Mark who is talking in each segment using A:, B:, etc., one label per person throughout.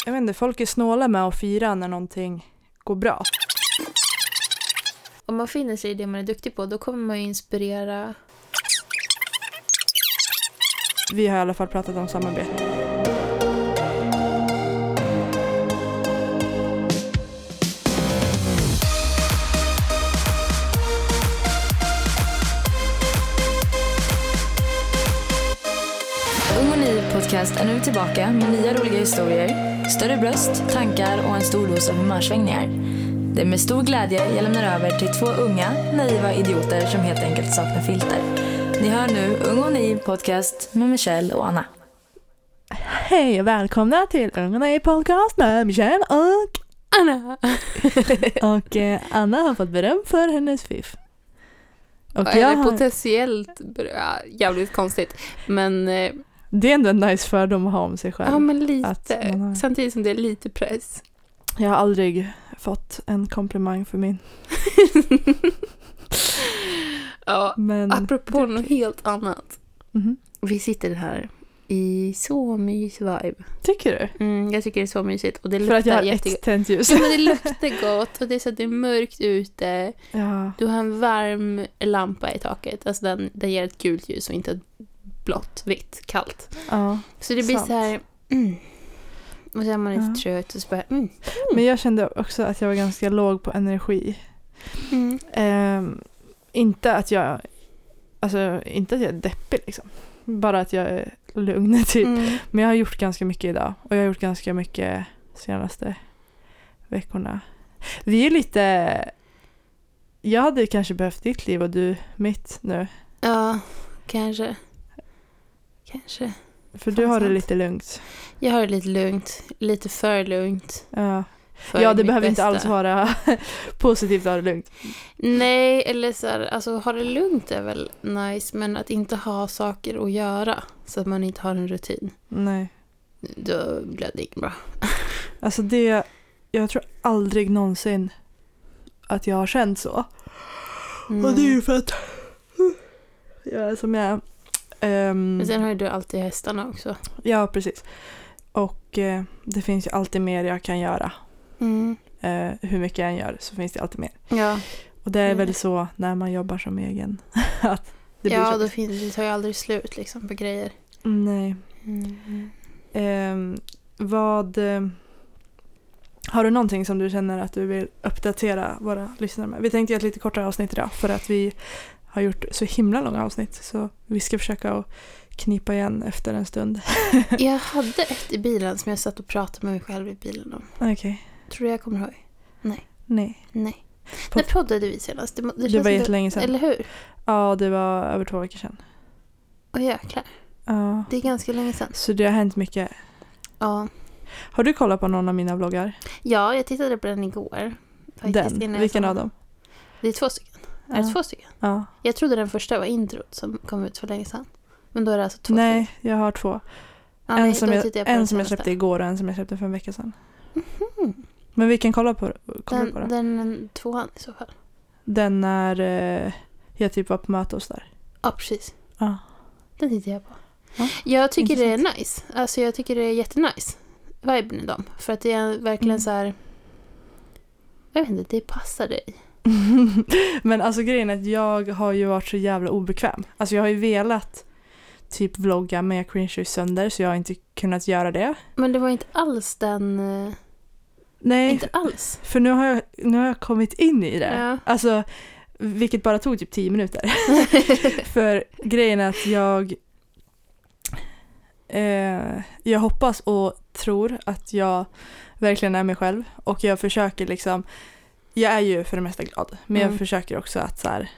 A: jag vet inte, folk är snåla med att fira när någonting går bra.
B: Om man finner sig i det man är duktig på, då kommer man ju inspirera.
A: Vi har i alla fall pratat om samarbete.
C: Ung och ny podcast är nu tillbaka med nya roliga historier, större bröst, tankar och en stor dos av humörsvängningar. Det är med stor glädje jag lämnar över till två unga, naiva idioter som helt enkelt saknar filter. Ni hör nu Ung och ny podcast med Michelle och Anna.
A: Hej och välkomna till Ung och ny podcast med Michelle och
B: Anna!
A: och Anna har fått beröm för hennes fiff. Och
B: Eller potentiellt jävligt konstigt. Men
A: det är ändå en nice fördom att ha om sig själv.
B: ja, men lite.
A: Har...
B: Samtidigt som det är lite press.
A: Jag har aldrig fått en komplimang för min.
B: Ja,
A: men
B: apropå något helt annat.
A: Mm-hmm.
B: Vi sitter här i så mys vibe.
A: Tycker du?
B: Jag tycker det är så mysigt. Och det
A: för att jag har
B: jättegott.
A: ett tänt ljus.
B: Ja, men det luktar gott och det är så att det är mörkt ute.
A: Ja.
B: Du har en varm lampa i taket. Alltså den ger ett gult ljus och inte ett blått, vitt, kallt.
A: Ja,
B: så det blir
A: sant.
B: så här... Och så är man lite trött och så bara...
A: Men jag kände också att jag var ganska låg på energi. Inte att jag är deppig liksom. Bara att jag är lugn typ. Men jag har gjort ganska mycket idag. Och jag har gjort ganska mycket senaste veckorna. Vi är lite... Jag hade kanske behövt ditt liv och du mitt nu.
B: Ja, kanske.
A: För du har det lite lugnt.
B: Jag har det lite lugnt. Lite för lugnt.
A: Ja,
B: för
A: det behöver
B: bästa.
A: inte alls vara positivt att ha det lugnt.
B: Nej, eller så här, alltså ha det lugnt är väl nice, men att inte ha saker att göra så att man inte har en rutin.
A: Nej.
B: Då blir det inte bra.
A: Alltså jag tror aldrig någonsin att jag har känt så. Och det är ju för att jag är som jag
B: men sen har ju du alltid hästarna också.
A: Ja, precis. Och det finns ju alltid mer jag kan göra. Hur mycket jag än gör så finns det alltid mer.
B: Ja.
A: Och det är väl så när man jobbar som egen. Att det blir så.
B: Det tar ju aldrig slut liksom på grejer.
A: Nej. Har du någonting som du känner att du vill uppdatera våra lyssnare med? Vi tänkte göra ett lite kortare avsnitt idag för att vi har gjort så himla långa avsnitt. Så vi ska försöka att knipa igen efter en stund.
B: Jag hade ett i bilen som jag satt och pratade med mig själv i bilen om.
A: Okej.
B: Tror du jag kommer ihåg? Nej.
A: På...
B: När poddade vi senast?
A: Det var jättelänge sedan.
B: Eller hur?
A: Ja, det var över 2 veckor sedan.
B: Åh jäklar.
A: Ja.
B: Det är ganska länge sedan.
A: Så det har hänt mycket.
B: Ja.
A: Har du kollat på någon av mina vloggar?
B: Ja, jag tittade på den igår. Faktiskt,
A: Vilken av dem?
B: Det är 2 stycken. Är det 2 stycken?
A: Ja.
B: Jag trodde den första var introt som kom ut för länge sedan. Men då är det alltså 2 stycken.
A: Nej, jag har 2.
B: Ja,
A: en som jag släppte igår och en som jag släppte för en vecka sedan. Men vi kan kolla på den.
B: Den 2:an i så fall.
A: Den när jag typ var på möte hos där.
B: Ja, precis.
A: Ja.
B: Den tittar jag på.
A: Ja.
B: Jag tycker det är nice. Alltså jag tycker det är jättenice. Viben i dem. För att det är verkligen så här... Jag vet inte, det passar dig.
A: Men alltså grejen är att jag har ju varit så jävla obekväm. Alltså jag har ju velat typ vlogga med jag cringe sönder så jag har inte kunnat göra det.
B: Men det var inte alls den...
A: Nej,
B: inte alls.
A: för nu har jag kommit in i det.
B: Ja.
A: Alltså, vilket bara tog typ 10 minuter. För grejen är att jag hoppas och tror att jag verkligen är mig själv. Och jag försöker liksom... Jag är ju för det mesta glad. Men jag försöker också att så här,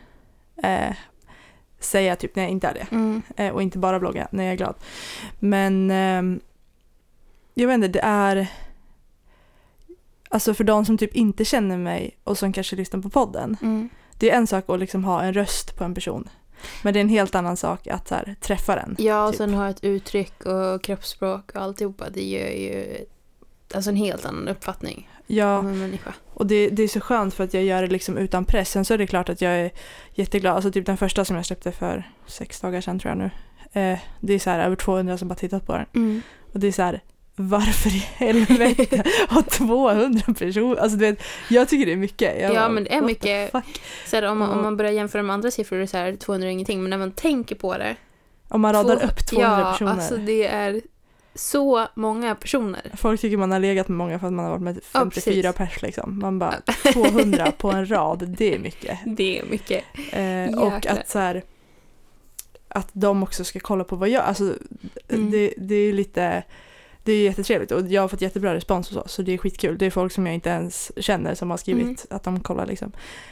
A: säga typ när jag inte är det. Och inte bara vlogga när jag är glad. Men jag vet inte, det är... Alltså för de som typ inte känner mig och som kanske lyssnar på podden. Det är en sak att liksom ha en röst på en person. Men det är en helt annan sak att så här, träffa den.
B: Ja, och
A: typ.
B: sen ha ett uttryck och kroppsspråk och alltihopa. Det gör ju alltså en helt annan uppfattning om en människa.
A: Och det är så skönt för att jag gör det liksom utan press. Sen så är det klart att jag är jätteglad. Alltså typ den första som jag släppte för 6 dagar sedan tror jag nu. Det är så här över 200 som bara tittat på den. Och det är så här varför i helvete har 200 personer? Alltså du vet, jag tycker det är mycket.
B: Men det är mycket. Så här, om man börjar jämföra med andra siffror så här 200 är ingenting, men när man tänker på det.
A: Om man radar upp 200 personer.
B: Ja, alltså det är så många personer.
A: Folk tycker man har legat med många för att man har varit med 54 pers liksom. Man bara 200 på en rad, det är mycket.
B: Det är mycket.
A: Och att så här, att de också ska kolla på vad jag, alltså det är lite, det är jättetrevligt och jag har fått jättebra respons och så det är skitkul. Det är folk som jag inte ens känner som har skrivit att de kollar liksom.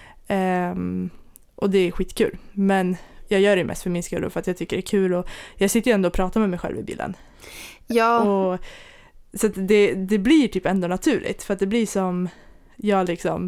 A: Och det är skitkul. Men jag gör det mest för min skull för att jag tycker det är kul och jag sitter ju ändå och pratar med mig själv i bilen.
B: Ja.
A: Och så att det blir typ ändå naturligt för att det blir som jag liksom,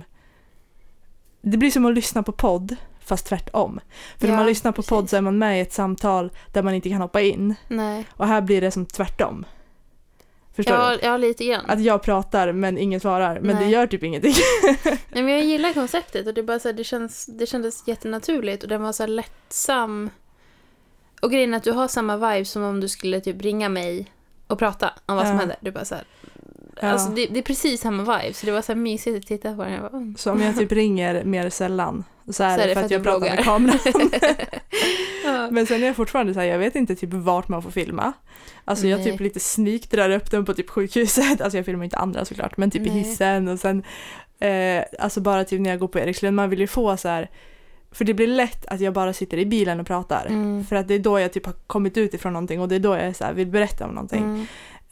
A: det blir som att lyssna på podd fast tvärtom. För när man lyssnar på podd så är man med i ett samtal där man inte kan hoppa in.
B: Nej. Och
A: här blir det som tvärtom. Förstår du?
B: Ja, lite grann.
A: Att jag pratar men ingen svarar. Men det gör typ ingenting.
B: Nej, men jag gillar konceptet och det är bara så här, det kändes jättenaturligt och den var så här lättsam. Och grejen är att du har samma vibe som om du skulle typ ringa mig och prata om vad som händer. Du bara så här, alltså det är precis samma vibe så det var så här mysigt att titta på den. Jag bara,
A: Så om jag typ ringer mer sällan så är det för att jag pratar med kameran. Men sen är jag fortfarande så här, jag vet inte typ vart man får filma. Alltså jag typ lite sneak drar upp den på typ sjukhuset. Alltså jag filmar inte andra såklart, men typ i hissen och sen alltså bara typ när jag går på Erikslund, man vill ju få så här, för det blir lätt att jag bara sitter i bilen och pratar. För att det är då jag typ har kommit ut ifrån någonting och det är då jag så här, vill berätta om någonting.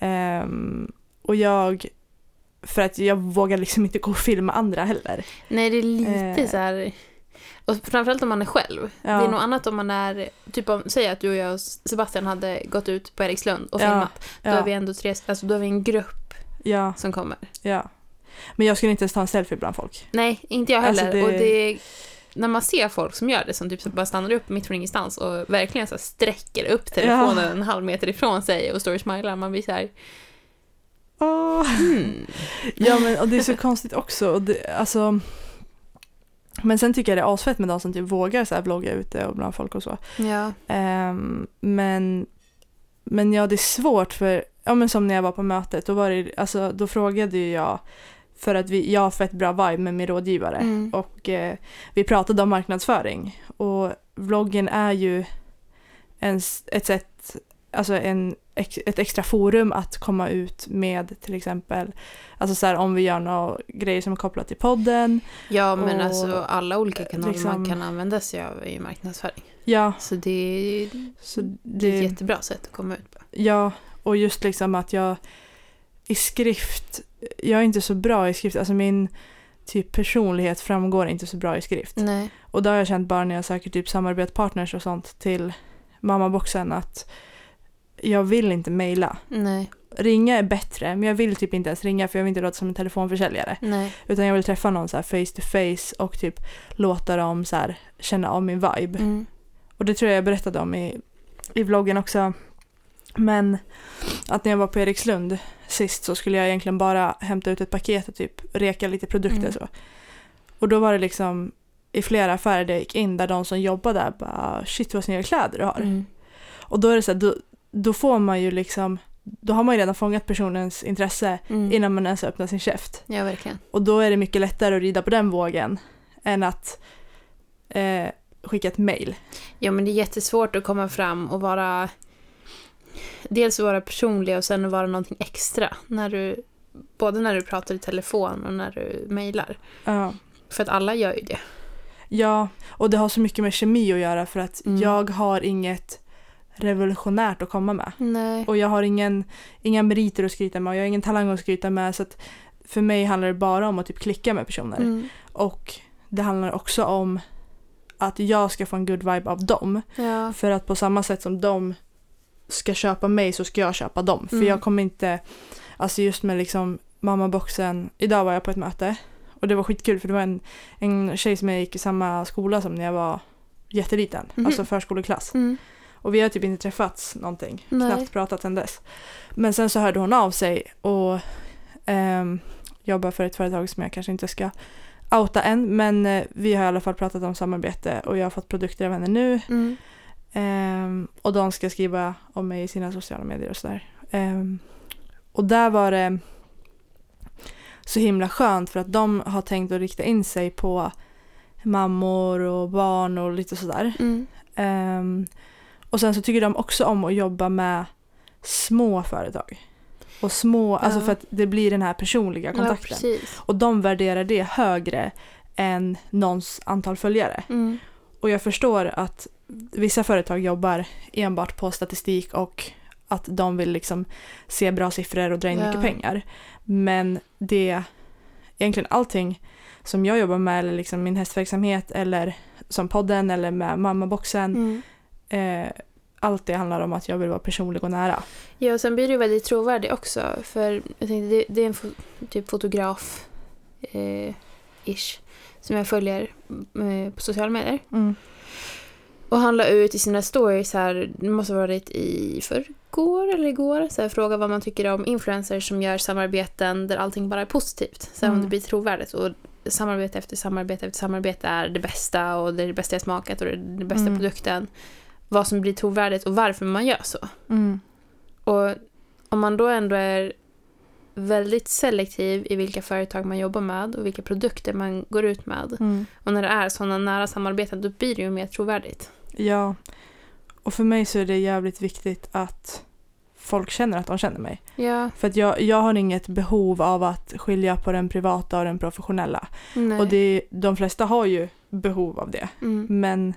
A: Och för att jag vågar liksom inte gå och filma andra heller.
B: Nej, det är lite så här. Och framförallt om man är själv. Det är nog annat om man är typ om, säg att du och jag och Sebastian hade gått ut på Erikslund och filmat. Då är vi ändå då är vi en grupp som kommer. Ja.
A: Men jag skulle inte ens ta en selfie bland folk.
B: Nej, inte jag heller. Alltså och när man ser folk som gör det som typ så bara stannar upp mitt från ingenstans och verkligen så sträcker upp telefonen en halv meter ifrån sig och står och smilar, man blir så här.
A: Ja, men och det är så konstigt också och alltså. Men sen tycker jag det är asfett med de som typ vågar så här vlogga ute och bland folk och så.
B: Ja.
A: Men ja, det är svårt för men som när jag var på mötet då frågade jag för att jag har fett bra vibe med min rådgivare och vi pratade om marknadsföring och vloggen är ju ett sätt, alltså ett extra forum att komma ut med till exempel, alltså så här, om vi gör några grejer som är kopplat till podden.
B: Ja, men alltså alla olika kanaler liksom, man kan använda sig av i marknadsföring. Ja. Så det är ett jättebra sätt att komma ut på.
A: Ja, och just liksom att jag i skrift, jag är inte så bra i skrift, alltså min typ personlighet framgår inte så bra i skrift.
B: Nej.
A: Och då har jag känt bara när jag söker typ samarbetspartners och sånt till mammaboxen att jag vill inte mejla.
B: Nej.
A: Ringa är bättre, men jag vill typ inte ens ringa för jag vill inte låta som en telefonförsäljare.
B: Nej.
A: Utan jag vill träffa någon så här face to face och typ låta dem så här känna av min vibe. Och det tror jag berättade om i vloggen också. Men att när jag var på Erikslund sist så skulle jag egentligen bara hämta ut ett paket och typ reka lite produkter så. Och då var det liksom i flera affärer där jag gick in där de som jobbade där bara, shit vad snygga kläder du har. Och då är det så här, då får man ju liksom, då har man ju redan fångat personens intresse innan man ens öppnar sin käft.
B: Ja, verkligen.
A: Och då är det mycket lättare att rida på den vågen än att skicka ett mejl.
B: Ja, men det är jättesvårt att komma fram och vara dels vara personlig och sen vara någonting extra både när du pratar i telefon och när du mejlar.
A: Ja.
B: För att alla gör ju det.
A: Ja, och det har så mycket med kemi att göra för att jag har inget revolutionärt att komma med.
B: Nej.
A: Och jag har inga meriter att skryta med och jag har ingen talang att skryta med så att för mig handlar det bara om att typ klicka med personer. Och det handlar också om att jag ska få en good vibe av dem.
B: Ja.
A: För att på samma sätt som de ska köpa mig så ska jag köpa dem. För jag kommer inte, alltså just med liksom mammaboxen, idag var jag på ett möte och det var skitkul för det var en tjej som jag gick i samma skola som när jag var jätteliten, alltså förskoleklass. Och vi har typ inte träffats någonting, knappt pratat än dess. Men sen så hörde hon av sig och jobbar för ett företag som jag kanske inte ska outa än, men vi har i alla fall pratat om samarbete och jag har fått produkter av henne nu. Och de ska skriva om mig i sina sociala medier och sådär. Och där var det så himla skönt för att de har tänkt att rikta in sig på mammor och barn och lite sådär. Och sen så tycker de också om att jobba med små företag. Och små, alltså för att det blir den här personliga kontakten.
B: Ja,
A: och de värderar det högre än någons antal följare. Och jag förstår att vissa företag jobbar enbart på statistik och att de vill liksom se bra siffror och dra in mycket pengar. Men det egentligen allting som jag jobbar med, eller liksom min hästverksamhet eller som podden eller med mammaboxen, allt det handlar om att jag vill vara personlig och nära.
B: Ja, och sen blir det väldigt trovärdigt också, för jag tänkte, det är en typ fotograf ish som jag följer på sociala medier. Och han la ut i sina stories här, det måste ha varit i förrgår eller igår, så här, fråga vad man tycker om influencers som gör samarbeten där allting bara är positivt. Så om det blir trovärdigt och samarbete efter samarbete efter samarbete är det bästa och det är det bästa jag smakat och det är den bästa produkten. Vad som blir trovärdigt och varför man gör så. Och om man då ändå är väldigt selektiv i vilka företag man jobbar med och vilka produkter man går ut med. Och när det är sådana nära samarbeten, då blir det ju mer trovärdigt.
A: Ja, och för mig så är det jävligt viktigt att folk känner att de känner mig.
B: Ja.
A: För att jag har inget behov av att skilja på den privata och den professionella.
B: Nej.
A: Och de flesta har ju behov av det. Men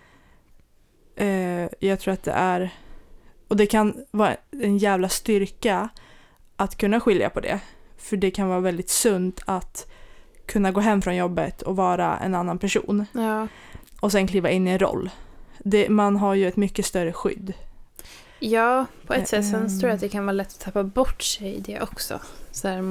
A: jag tror att det är, och det kan vara en jävla styrka att kunna skilja på det. För det kan vara väldigt sunt att kunna gå hem från jobbet och vara en annan person.
B: Ja.
A: Och sen kliva in i en roll. Man har ju ett mycket större skydd.
B: Ja, på ett sätt. Sen tror jag att det kan vara lätt att tappa bort sig i det också. Så här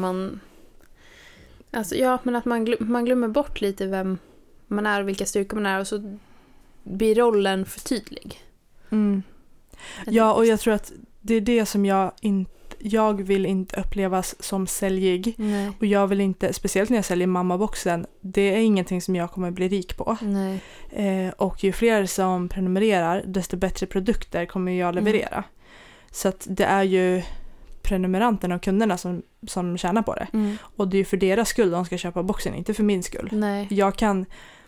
B: men att man glömmer bort lite vem man är och vilka styrkor man är, och så blir rollen för tydlig.
A: Ja, och jag tror att det är det som jag vill inte upplevas som säljig.
B: Nej.
A: Och jag vill inte, speciellt när jag säljer mammaboxen, det är ingenting som jag kommer bli rik på.
B: Nej.
A: Och ju fler som prenumererar, desto bättre produkter kommer jag leverera. Så att det är ju prenumeranterna och kunderna som tjänar på det. Och det är ju för deras skull de ska köpa boxen, inte för min skull.
B: Nej.
A: Jag kan,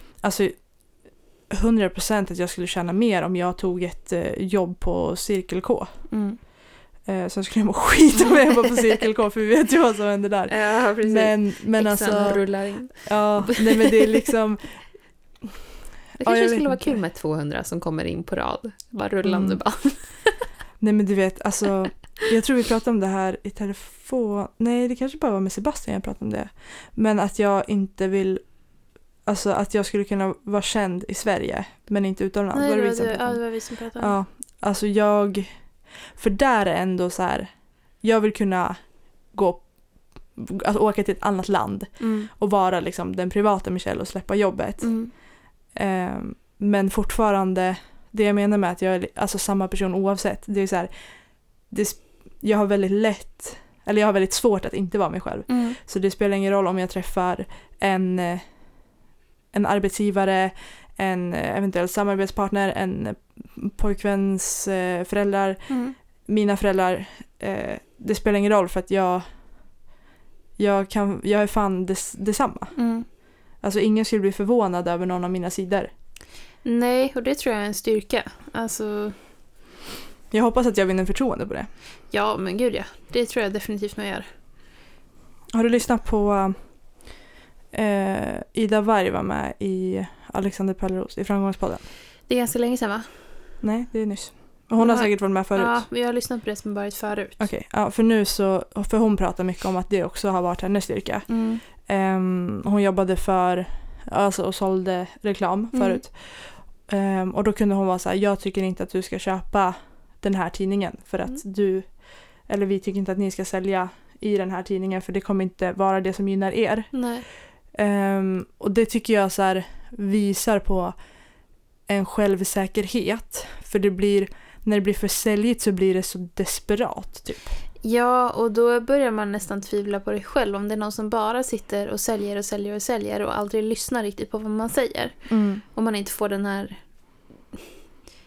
A: 100% att jag skulle tjäna mer om jag tog ett jobb på Cirkel K. Så skulle jag må skit om jag var på Cirkel K, för vi vet ju vad som händer där.
B: Ja, precis.
A: Men alltså
B: rullar in.
A: Ja, nej, men det är liksom
B: det kanske skulle vara kul med 200 som kommer in på rad. Bara rullande bara.
A: Nej, men du vet, alltså jag tror vi pratade om det här i telefon. Nej, det kanske bara var med Sebastian jag pratade om det. Men att jag inte vill, alltså att jag skulle kunna vara känd i Sverige men inte utomlands.
B: Nej,
A: det
B: var vi som pratade om.
A: Ja, alltså för där är ändå så här, jag vill kunna åka till ett annat land och vara liksom den privata Michelle och släppa jobbet. Men fortfarande, det jag menar med att jag är alltså samma person oavsett, det är så här, jag har väldigt svårt att inte vara mig själv. Så det spelar ingen roll om jag träffar en arbetsgivare, en eventuell samarbetspartner, en pojkväns föräldrar, mina föräldrar, det spelar ingen roll, för att jag är fan detsamma. Alltså ingen skulle bli förvånad över någon av mina sidor. Nej,
B: och det tror jag är en styrka. Alltså,
A: jag hoppas att jag vinner förtroende på det.
B: Ja, men gud ja. Det tror jag definitivt man gör.
A: Har du lyssnat på Ida Varg var med i Alexander Pelleros i Framgångspodden?
B: Det är ganska länge sedan, va?
A: Nej, det är nyss. Hon har säkert varit med förut.
B: Ja, vi har lyssnat på det som varit förut.
A: Okej, ja, för hon pratar mycket om att det också har varit hennes styrka. Hon jobbade och sålde reklam förut. Och då kunde hon vara så här: jag tycker inte att du ska köpa den här tidningen för att vi tycker inte att ni ska sälja i den här tidningen, för det kommer inte vara det som gynnar er.
B: Nej.
A: Och det tycker jag så här visar på en självsäkerhet, för när det blir för säljigt så blir det så desperat typ.
B: Ja, och då börjar man nästan tvivla på det själv, om det är någon som bara sitter och säljer och säljer och säljer och aldrig lyssnar riktigt på vad man säger. Om man inte får den här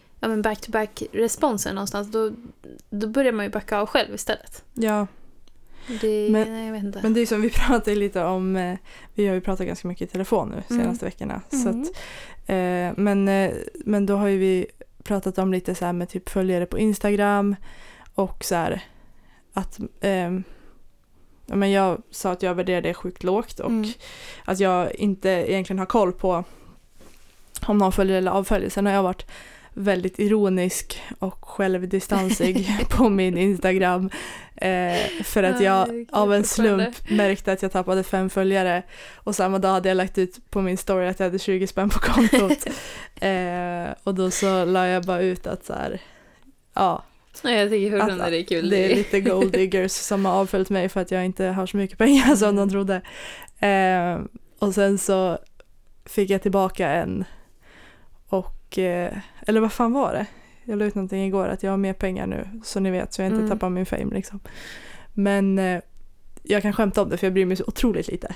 B: back-to-back responsen någonstans, då börjar man ju backa av själv istället.
A: Ja.
B: Nej, jag vet inte.
A: Men det är som vi pratade lite om, vi har ju pratat ganska mycket i telefon nu senaste veckorna. Så att, men då har ju vi pratat om lite så här med typ följare på Instagram och så här att men jag sa att jag värderar det sjukt lågt och att jag inte egentligen har koll på om någon följer eller avföljer. Sen har jag varit väldigt ironisk och självdistansig på min Instagram för att jag av en slump märkte att jag tappade 5 följare och samma dag hade jag lagt ut på min story att jag hade 20 spänn på kontot och då så la jag bara ut att så här, ja.
B: Nej, jag tycker fortfarande det är kul.
A: Det är lite gold diggers som har avföljt mig för att jag inte har så mycket pengar som de trodde. Och sen så fick jag tillbaka en och, eller vad fan var det? Jag la ut någonting igår att jag har mer pengar nu så ni vet så jag inte tappar min fame liksom. Men jag kan skämta om det för jag bryr mig så otroligt lite.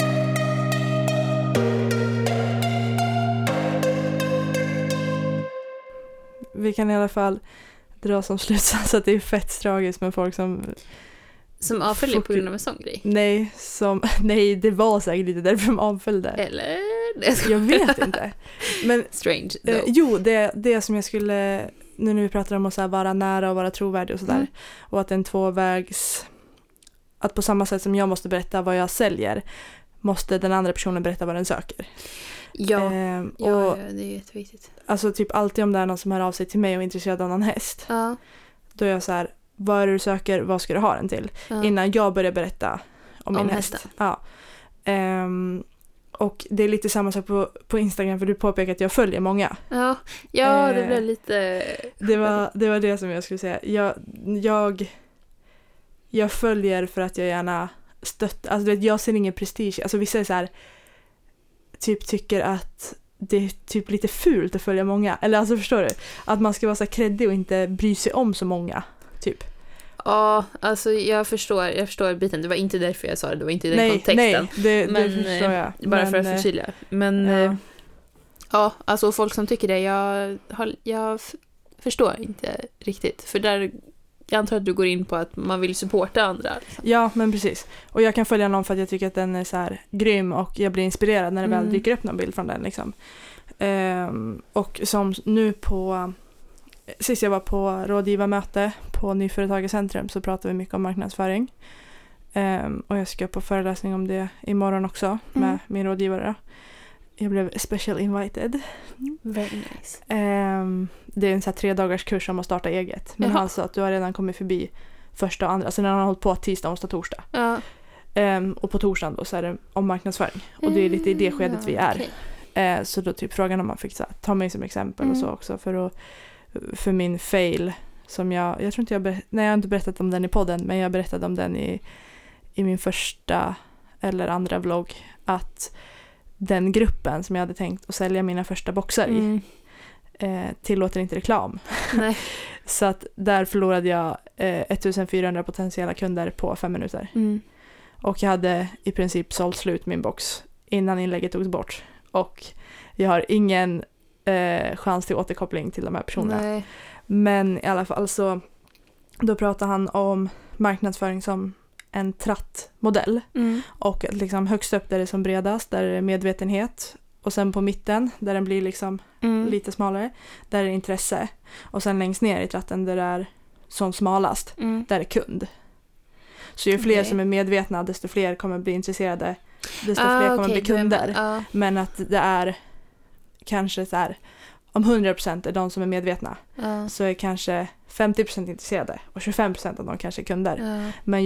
A: Vi kan i alla fall dra som slutsats att det är fett tragiskt med folk som
B: avföljer på grund av en sån grej.
A: Nej, det var säkert lite därför de avföljde.
B: Eller?
A: Jag vet inte. Men
B: strange.
A: Jo, det som jag skulle nu när vi pratar om att så här vara nära och vara trovärdig och sådär och att det är en tvåvägs att på samma sätt som jag måste berätta vad jag säljer måste den andra personen berätta vad den söker.
B: Ja, det är jätteviktigt.
A: Alltså typ alltid om det är någon som hör av sig till mig och är intresserad av någon häst.
B: Ja.
A: Då är jag så här, vad är det du söker, vad ska du ha den till? Ja. Innan jag börjar berätta om min häst. Ja. Och det är lite samma sak på Instagram för du påpekar att jag följer många.
B: Ja, det blev lite...
A: Det var det som jag skulle säga. Jag följer för att jag gärna stöttar. Alltså jag ser ingen prestige. Alltså vissa är så här, typ tycker att det är typ lite fult att följa många. Eller alltså förstår du? Att man ska vara så här kreddig och inte bry sig om så många. Typ.
B: Ja, alltså jag förstår biten. Det var inte därför jag sa det. Det var inte i den kontexten.
A: Nej, det förstår jag.
B: Bara för att förtydliga. Men ja, alltså folk som tycker det, jag förstår inte riktigt. För där, jag antar att du går in på att man vill supporta andra. Liksom.
A: Ja, men precis. Och jag kan följa någon för att jag tycker att den är så här grym och jag blir inspirerad när det väl dyker upp någon bild från den. Liksom. Och som nu sist jag var på rådgivarmöte på Nyföretagarcentrum så pratade vi mycket om marknadsföring. Och jag ska på föreläsning om det imorgon också med min rådgivare. Jag blev special invited.
B: Very nice.
A: Det är en så här 3 dagars kurs om att starta eget. Men alltså att du har redan kommit förbi första och andra. Alltså när han har hållit på tisdag, onsdag, torsdag. Ja. Och på torsdagen då så är det om marknadsföring. Och det är lite i det skedet vi är. Okay. Så då typ frågan om man fick så här, ta mig som exempel och så också för min fail som jag tror inte jag har inte berättat om den i podden men jag berättade om den i min första eller andra vlogg att den gruppen som jag hade tänkt att sälja mina första boxar i tillåter inte reklam.
B: Nej.
A: Så att där förlorade jag 1400 potentiella kunder på 5 minuter. Och jag hade i princip sålt slut min box innan inlägget togs bort och jag har ingen chans till återkoppling till de här personerna. Nej. Men i alla fall så då pratar han om marknadsföring som en trattmodell och liksom högst upp där det är som bredast där är det medvetenhet och sen på mitten där den blir liksom lite smalare där är det intresse och sen längst ner i tratten där det är som smalast där är kund. Så ju fler som är medvetna desto fler kommer bli intresserade desto fler kommer bli kunder. Men att det är kanske så här om 100% är de som är medvetna så är kanske 50% intresserade och 25% av dem kanske är kunder. Men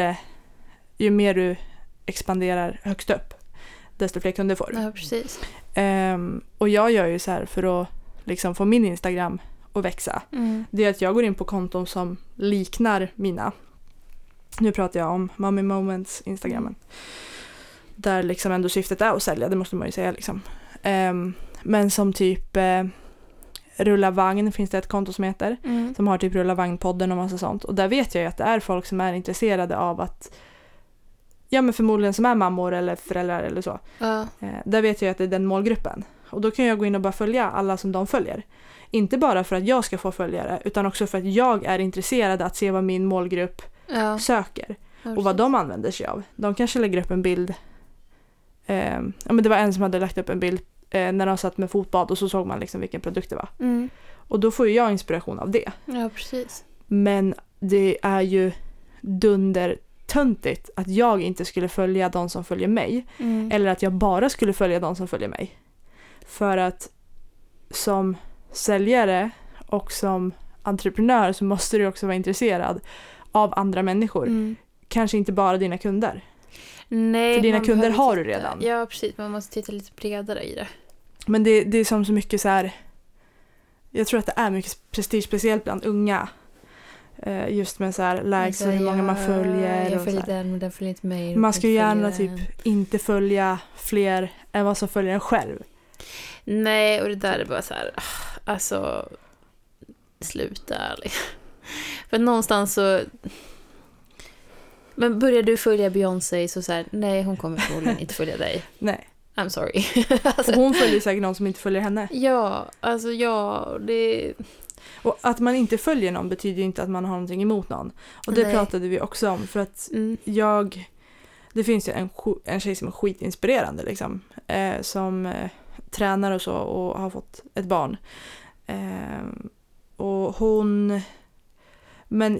A: ju mer du expanderar högst upp desto fler kunder får du.
B: Ja, precis.
A: Och jag gör ju så här för att liksom få min Instagram att växa. Det är att jag går in på konton som liknar mina. Nu pratar jag om Mommy Moments Instagrammen. Där liksom ändå syftet är att sälja, det måste man ju säga liksom. Men som typ Rulla Vagn finns det ett konto som heter som har typ Rulla Vagn-podden och massa sånt. Och där vet jag ju att det är folk som är intresserade av att men förmodligen som är mammor eller föräldrar eller så. Där vet jag att det är den målgruppen. Och då kan jag gå in och bara följa alla som de följer. Inte bara för att jag ska få följare utan också för att jag är intresserad att se vad min målgrupp söker.
B: Ja,
A: och vad de använder sig av. De kanske lägger upp en bild. Ja, men det var en som hade lagt upp en bild när de satt med fotbad och så såg man liksom vilken produkt det var.
B: Mm.
A: Och då får ju jag inspiration av det.
B: Ja, precis.
A: Men det är ju dundertöntigt att jag inte skulle följa de som följer mig.
B: Mm.
A: Eller att jag bara skulle följa de som följer mig. För att som säljare och som entreprenör så måste du också vara intresserad av andra människor.
B: Mm.
A: Kanske inte bara dina kunder.
B: Nej,
A: För dina
B: man
A: kunder
B: behöver
A: har du
B: titta.
A: redan.
B: Ja, precis. Man måste titta lite bredare i det.
A: Men det är som så mycket så här. Jag tror att det är mycket prestige, speciellt bland unga. Just med så här likes och hur många man följer.
B: Jag
A: och
B: följer
A: så här.
B: den, men den följer inte mig.
A: Man ska ju gärna
B: följer
A: typ
B: den.
A: inte följa fler än vad som följer en själv.
B: Nej, och det där är bara så här. Alltså, sluta ärligt. För någonstans så... Men börjar du följa Beyoncé så här, nej, hon kommer förmodligen inte följa dig.
A: Nej.
B: I'm sorry.
A: Och hon följer säkert någon som inte följer henne.
B: Ja, alltså det...
A: Och att man inte följer någon betyder ju inte att man har någonting emot någon. Och det
B: Nej.
A: pratade vi också om. För att
B: Mm.
A: det finns ju en tjej som är skitinspirerande liksom. Som tränar och så och har fått ett barn. Och hon... Men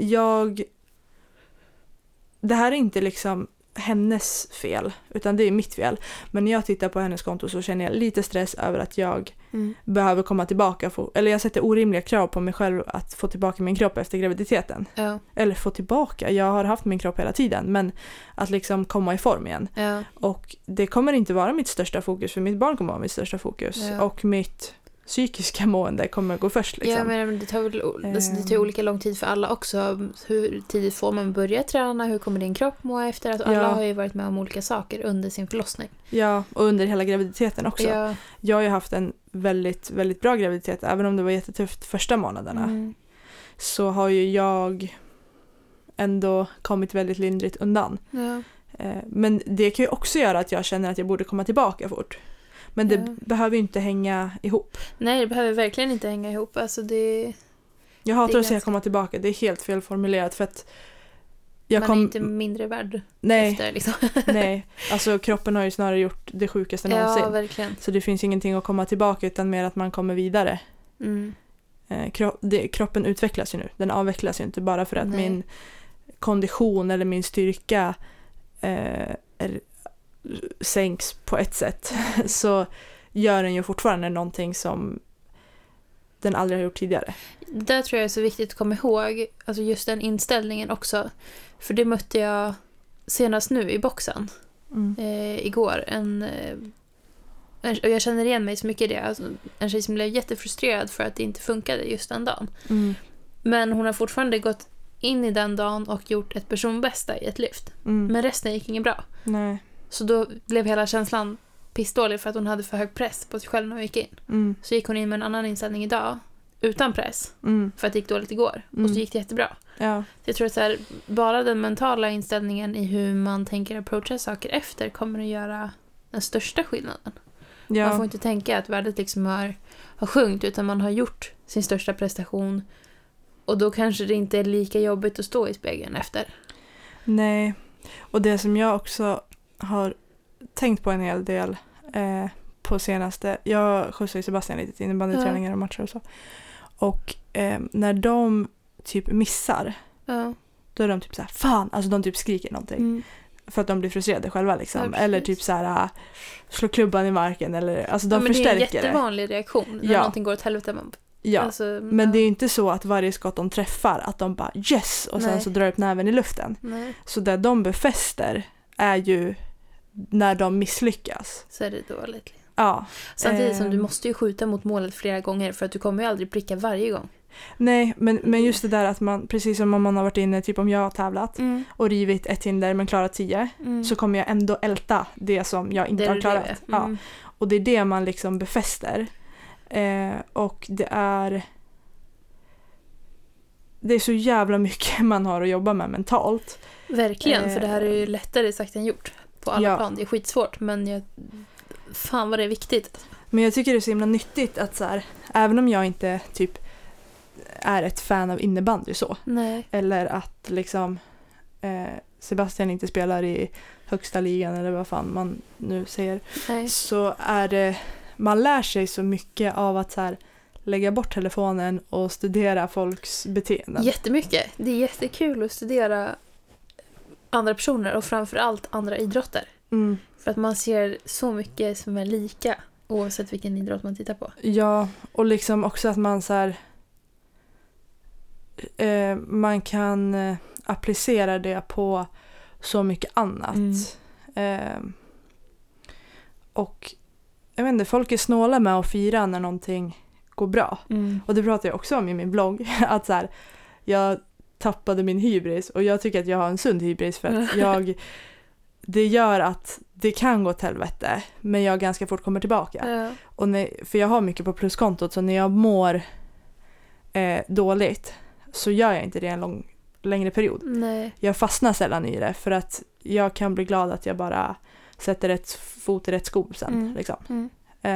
A: det här är inte liksom hennes fel, utan det är mitt fel. Men när jag tittar på hennes konto så känner jag lite stress över att jag behöver komma tillbaka. Eller jag sätter orimliga krav på mig själv att få tillbaka min kropp efter graviditeten.
B: Ja.
A: Eller få tillbaka, jag har haft min kropp hela tiden. Men att liksom komma i form igen.
B: Ja.
A: Och det kommer inte vara mitt största fokus, för mitt barn kommer vara mitt största fokus.
B: Ja.
A: Och mitt psykiska mående kommer gå först. Liksom.
B: Ja, men det tar olika lång tid för alla också. Hur tidigt får man börja träna? Hur kommer din kropp må efter? Att alla har ju varit med om olika saker under sin förlossning.
A: Ja, och under hela graviditeten också.
B: Ja.
A: Jag har ju haft en väldigt, väldigt bra graviditet. Även om det var jättetufft första månaderna.
B: Mm.
A: Så har ju jag ändå kommit väldigt lindrigt undan.
B: Ja.
A: Men det kan ju också göra att jag känner att jag borde komma tillbaka fort. Men det behöver ju inte hänga ihop.
B: Nej, det behöver verkligen inte hänga ihop. Alltså
A: Jag hatar
B: det är
A: att säga
B: ganska...
A: komma tillbaka. Det är helt fel formulerat för att
B: man är inte mindre värd efter liksom.
A: Nej, alltså kroppen har ju snarare gjort det sjukaste någonsin.
B: Ja, verkligen.
A: Så det finns ingenting att komma tillbaka utan mer att man kommer vidare.
B: Mm.
A: Kroppen utvecklas ju nu. Den avvecklas ju inte bara för att min kondition eller min styrka sänks på ett sätt. Så gör den ju fortfarande någonting som den aldrig har gjort tidigare.
B: Det tror jag är så viktigt att komma ihåg. Alltså just den inställningen också. För det mötte jag senast nu i boxen. Igår. Och jag känner igen mig så mycket i det. Alltså, en tjej som blev jättefrustrerad för att det inte funkade just den dagen. Men hon har fortfarande gått in i den dagen och gjort ett personbästa i ett lyft. Men resten gick inget bra.
A: Nej.
B: Så då blev hela känslan pissdålig för att hon hade för hög press på sig själv när hon gick in. Så gick hon in med en annan inställning idag. Utan press. För att det gick dåligt igår. Och så gick det jättebra.
A: Ja.
B: Så jag tror att så här, bara den mentala inställningen i hur man tänker approacha saker efter kommer att göra den största skillnaden.
A: Ja.
B: Man får inte tänka att värdet liksom har sjunkit, utan man har gjort sin största prestation. Och då kanske det inte är lika jobbigt att stå i spegeln efter.
A: Nej. Och det som jag också har tänkt på en hel del på senaste... Jag skjutsar ju Sebastian lite till innebandyträningar och matcher och så. Och när de typ missar, då är de typ så här, fan! Alltså de typ skriker någonting. För att de blir frustrerade själva liksom.
B: Ja,
A: eller typ så här slå klubban i marken. Eller, alltså de
B: men
A: förstärker det.
B: Det är en jättevanlig reaktion när någonting går åt helvete.
A: Ja,
B: alltså,
A: men det är inte så att varje skott de träffar att de bara yes! Och sen så drar upp näven i luften.
B: Nej.
A: Så det de befäster är ju när de misslyckas.
B: Så är det dåligt.
A: Ja.
B: Samtidigt som du måste ju skjuta mot målet flera gånger, för att du kommer ju aldrig pricka varje gång.
A: Nej, men just det där att man, precis som om man har varit inne, typ om jag har tävlat och rivit ett hinder men klarat 10, så kommer jag ändå älta det som jag inte har klarat. Ja. Och det är det man liksom befäster. Och det är så jävla mycket man har att jobba med mentalt.
B: Verkligen, för det här är ju lättare sagt än gjort på alla plan. Det är skitsvårt, men fan vad det är viktigt.
A: Men jag tycker det är så himla nyttigt att så här, även om jag inte typ är ett fan av innebandy så.
B: Nej.
A: Eller att liksom Sebastian inte spelar i högsta ligan eller vad fan man nu säger.
B: Nej.
A: Så är det, man lär sig så mycket av att så här, lägga bort telefonen och studera folks beteenden.
B: Jättemycket. Det är jättekul att studera andra personer och framförallt andra idrotter.
A: Mm.
B: För att man ser så mycket som är lika oavsett vilken idrott man tittar på.
A: Ja, och liksom också att man så här, man kan applicera det på så mycket annat. Och jag vet inte, folk är snåla med att fira när någonting går bra. Och det pratar jag också om i min blogg. Att så här, jag tappade min hybris och jag tycker att jag har en sund hybris för att det gör att det kan gå till helvete men jag ganska fort kommer tillbaka.
B: Ja.
A: Och för jag har mycket på pluskontot så när jag mår dåligt så gör jag inte det en längre period.
B: Nej.
A: Jag fastnar sällan i det för att jag kan bli glad att jag bara sätter rätt fot i rätt sko sen. Liksom.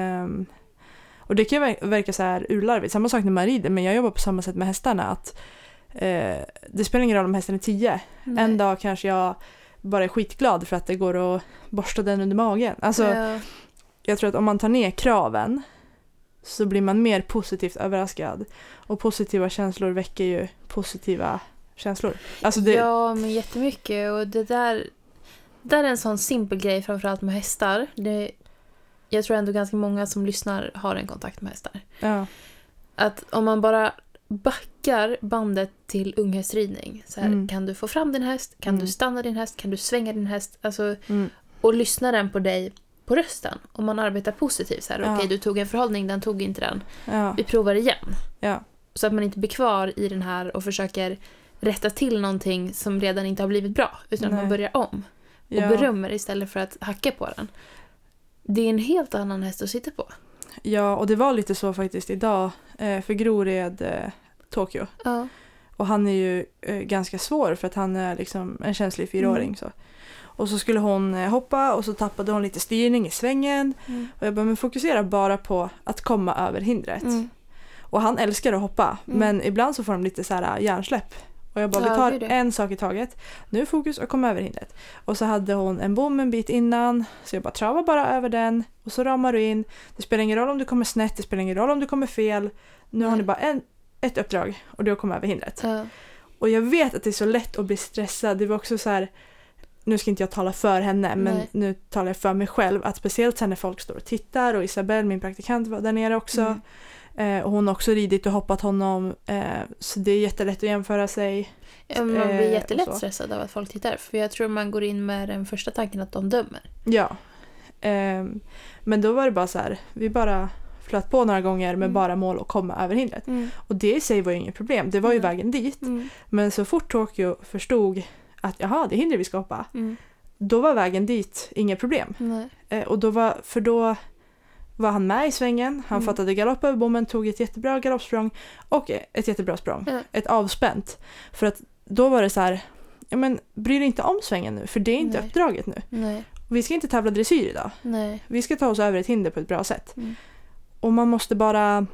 A: Och det kan ju verka så här urlarvigt. Samma sak när man rider, men jag jobbar på samma sätt med hästarna. Att det spelar ingen roll om hästen är 10.
B: Nej.
A: En dag kanske jag bara är skitglad för att det går att borsta den under magen. Alltså, jag tror att om man tar ner kraven så blir man mer positivt överraskad. Och positiva känslor väcker ju positiva känslor. Alltså
B: Ja, men jättemycket. Och det där är en sån simpel grej, framförallt med hästar. Jag tror ändå ganska många som lyssnar har en kontakt med hästar.
A: Ja.
B: Att om man bara backar bandet till unghästridning. Så här, kan du få fram din häst? Kan du stanna din häst? Kan du svänga din häst? Alltså, och lyssna den på dig på rösten. Om man arbetar positivt. Så här, okej, du tog en förhållning, den tog inte den.
A: Ja.
B: Vi provar igen.
A: Ja.
B: Så att man inte blir kvar i den här och försöker rätta till någonting som redan inte har blivit bra. Utan att man börjar om. Och berömmer istället för att hacka på den. Det är en helt annan häst att sitta på.
A: Ja, och det var lite så faktiskt idag. För Gro red Tokyo.
B: Ja.
A: Och han är ju ganska svår för att han är liksom en känslig 4-åring. Så. Och så skulle hon hoppa och så tappade hon lite styrning i svängen. Och jag bara, men fokusera bara på att komma över hindret. Och han älskar att hoppa. Men ibland så får de lite så här hjärnsläpp. Och jag bara, vi tar en sak i taget. Nu fokus och kom över hindret. Och så hade hon en bom en bit innan. Så jag bara, trava bara över den. Och så ramar du in. Det spelar ingen roll om du kommer snett. Det spelar ingen roll om du kommer fel. Nu har ni bara ett uppdrag. Och du kommer över hindret.
B: Ja.
A: Och jag vet att det är så lätt att bli stressad. Det var också så här. Nu ska inte jag tala för henne. Men nu talar jag för mig själv. Att speciellt sen när folk står och tittar. Och Isabelle, min praktikant, var där nere också. Och hon har också ridit och hoppat honom. Så det är jättelätt att jämföra sig.
B: Man blir jättelätt stressad av att folk tittar. För jag tror man går in med den första tanken att de dömer.
A: Ja. Men då var det bara så här. Vi bara flöt på några gånger med bara mål och komma över hindret. Och det i sig var ju inget problem. Det var ju vägen dit. Men så fort Tokyo förstod att jaha, det är hinder vi ska hoppa. Då var vägen dit inget problem. Och då var han med i svängen. Han fattade galopp över bommen, tog ett jättebra galoppsprång och ett jättebra språng. Ett avspänt. För att då var det så här, ja men bry dig inte om svängen nu, för det är inte uppdraget nu.
B: Nej.
A: Vi ska inte tävla dressyr idag.
B: Nej.
A: Vi ska ta oss över ett hinder på ett bra sätt. Och man måste bara,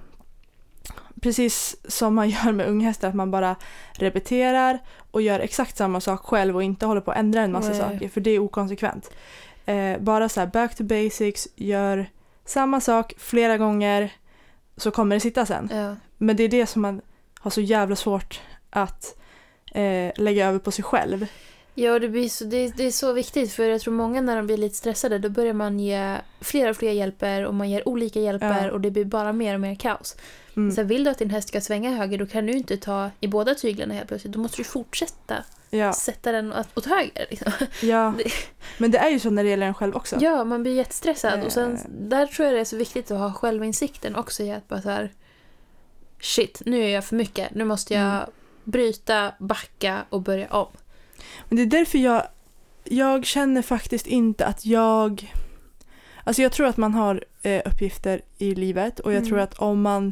A: precis som man gör med unghästar, att man bara repeterar och gör exakt samma sak själv och inte håller på att ändra en massa saker, för det är okonsekvent. Bara så här back to basics, gör samma sak flera gånger så kommer det sitta sen.
B: Ja.
A: Men det är det som man har så jävla svårt att lägga över på sig själv.
B: Ja, det är så viktigt, för jag tror många när de blir lite stressade då börjar man ge fler och fler hjälper och man ger olika hjälper och det blir bara mer och mer kaos. Så vill du att din häst ska svänga höger, då kan du inte ta i båda tyglarna helt plötsligt. Då måste du fortsätta sätta den åt höger. Liksom.
A: Ja, men det är ju så när det gäller en själv också.
B: Ja, man blir jättestressad. Och sen, där tror jag det är så viktigt att ha självinsikten också i att bara så här, shit, nu är jag för mycket. Nu måste jag bryta, backa och börja om.
A: Men det är därför jag känner faktiskt inte att alltså jag tror att man har uppgifter i livet och jag tror att om man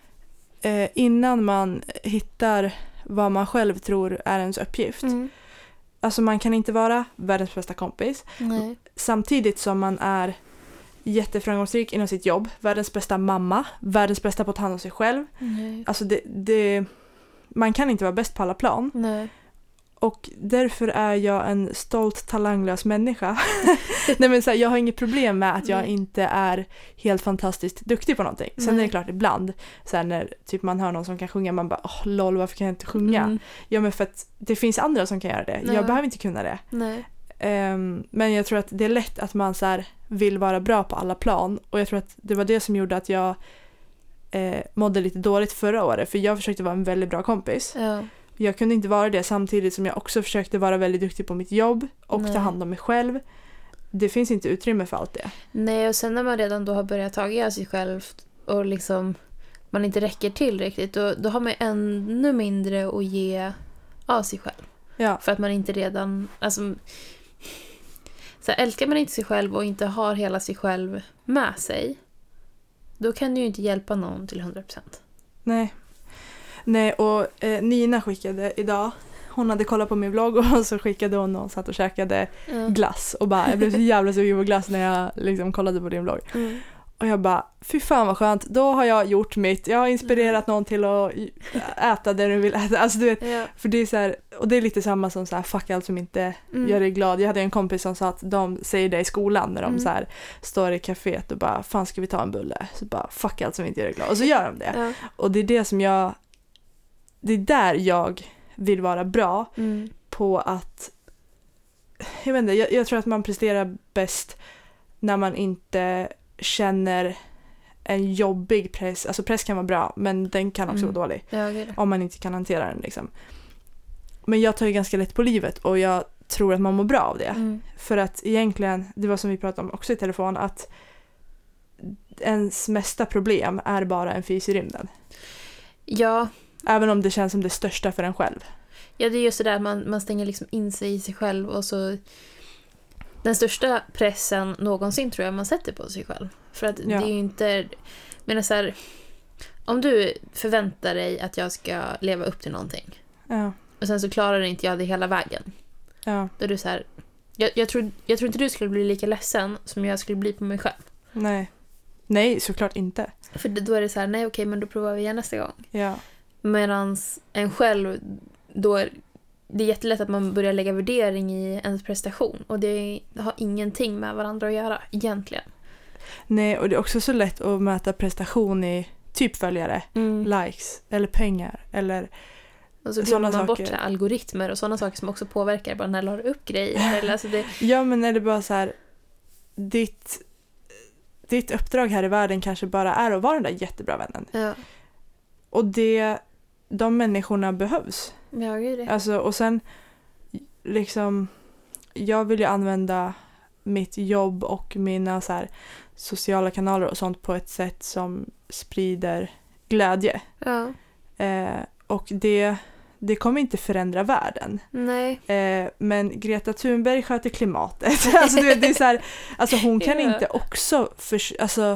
A: innan man hittar vad man själv tror är ens uppgift, alltså man kan inte vara världens bästa kompis.
B: Nej.
A: Samtidigt som man är jätteframgångsrik inom sitt jobb, världens bästa mamma, världens bästa på att ta hand om sig själv.
B: Nej.
A: Alltså man kan inte vara bäst på alla plan.
B: Nej.
A: Och därför är jag en stolt, talanglös människa. Nej, men så här, jag har inget problem med att jag inte är helt fantastiskt duktig på någonting. Sen är det klart ibland så här, när typ man hör någon som kan sjunga, man bara lol, varför kan jag inte sjunga? Ja, men för att det finns andra som kan göra det. Jag behöver inte kunna det.
B: Nej.
A: Men jag tror att det är lätt att man så här, vill vara bra på alla plan. Och jag tror att det var det som gjorde att jag mådde lite dåligt förra året. För jag försökte vara en väldigt bra kompis.
B: Ja.
A: Jag kunde inte vara det samtidigt som jag också försökte vara väldigt duktig på mitt jobb och ta hand om mig själv. Det finns inte utrymme för allt det.
B: Nej, och sen när man redan då har börjat ta av sig själv och liksom man inte räcker tillräckligt, då har man ännu mindre att ge av sig själv.
A: Ja.
B: För att man inte redan, alltså, så här, älskar man inte sig själv och inte har hela sig själv med sig, då kan du ju inte hjälpa någon till 100%.
A: Nej, och Nina skickade idag, hon hade kollat på min vlogg och så skickade hon och satt och käkade glass och bara, jag blev så jävla sugen på glass när jag liksom kollade på din vlogg. Och jag bara, fy fan vad skönt, då har jag gjort mitt, jag har inspirerat någon till att äta det du vill äta, alltså du vet, för det är så här, och det är lite samma som så här, fuck allt som inte gör dig glad. Jag hade en kompis som sa att de säger det i skolan när de så här står i kaféet och bara, fan ska vi ta en bulle? Så bara, fuck allt som inte gör dig glad, och så gör de det. Och det är det som det är där jag vill vara bra på att, jag vet inte, jag tror att man presterar bäst när man inte känner en jobbig press. Alltså press kan vara bra, men den kan också vara dålig. Om man inte kan hantera den liksom. Men jag tar ju ganska lätt på livet och jag tror att man mår bra av det. För att egentligen, det var som vi pratade om också i telefon, att ens mesta problem är bara en fis i rymden.
B: Ja.
A: Även om det känns som det största för en själv.
B: Ja, det är just det där man stänger liksom in sig i sig själv, och så den största pressen någonsin tror jag man sätter på sig själv. För att det är ju inte, men så här, om du förväntar dig att jag ska leva upp till någonting och sen så klarar inte jag det hela vägen. Då är du så här, jag tror inte du skulle bli lika ledsen som jag skulle bli på mig själv.
A: Nej, såklart inte.
B: För då är det så här, nej okej, men då provar vi igen nästa gång.
A: Ja.
B: Medans en själv, då är det jättelätt att man börjar lägga värdering i ens prestation. Och det har ingenting med varandra att göra, egentligen.
A: Nej, och det är också så lätt att mäta prestation i typ följare, likes, eller pengar, eller
B: och så glömmer man bort algoritmer och sådana saker som också påverkar bara när du har upp grejer. Eller, alltså det...
A: Ja, men är det bara så här, ditt uppdrag här i världen kanske bara är att vara den där jättebra vännen.
B: Ja.
A: Och de människorna behövs.
B: Ja, det är det.
A: Alltså, och sen liksom, jag vill ju använda mitt jobb och mina så här, sociala kanaler och sånt på ett sätt som sprider glädje.
B: Ja.
A: Och det kommer inte förändra världen.
B: Nej.
A: Men Greta Thunberg sköter klimatet. Alltså, det är så här, alltså hon kan inte också alltså,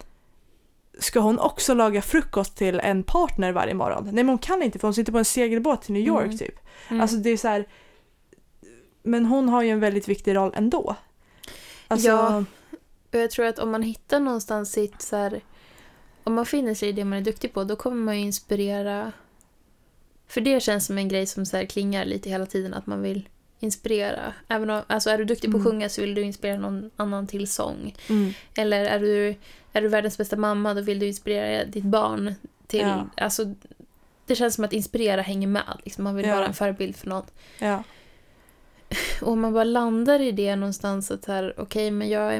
A: ska hon också laga frukost till en partner varje morgon? Nej, men hon kan inte, för hon sitter på en segelbåt till New York typ. Alltså det är så här, men hon har ju en väldigt viktig roll ändå. Alltså,
B: ja, och jag tror att om man hittar någonstans sitt så här, om man finner sig i det man är duktig på, då kommer man ju inspirera. För det känns som en grej som så här klingar lite hela tiden, att man vill inspirera. Även om, alltså är du duktig på att sjunga så vill du inspirera någon annan till sång. Eller är du världens bästa mamma, då vill du inspirera ditt barn till, alltså det känns som att inspirera hänger med, liksom. Man vill vara en förebild för någon.
A: Ja.
B: Och om man bara landar i det någonstans, att här, okej, men jag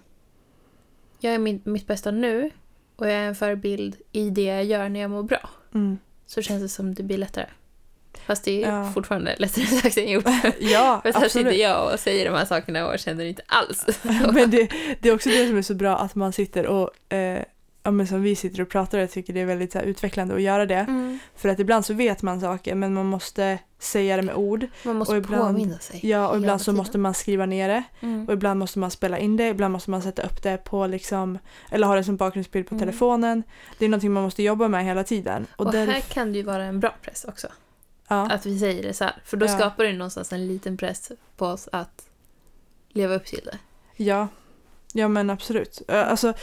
B: är mitt bästa nu, och jag är en förebild i det jag gör när jag mår bra. Så känns det som det blir lättare. Fast det är fortfarande lättare sagt än gjort.
A: Ja,
B: för så sitter jag och säger de här sakerna och känner inte alls.
A: Men det är också det som är så bra, att man sitter och men som vi sitter och pratar, jag tycker det är väldigt så här, utvecklande att göra det. För att ibland så vet man saker, men man måste säga det med ord. Man måste
B: påminna sig.
A: Ja, och ibland så måste man skriva ner det. Och ibland måste man spela in det. Ibland måste man sätta upp det på liksom, eller ha det som bakgrundsbild på telefonen. Det är någonting man måste jobba med hela tiden.
B: Och här kan det ju vara en bra press också. Att vi säger det så här. För då skapar det någonstans en liten press på oss att leva upp till det.
A: Ja, men absolut. Alltså,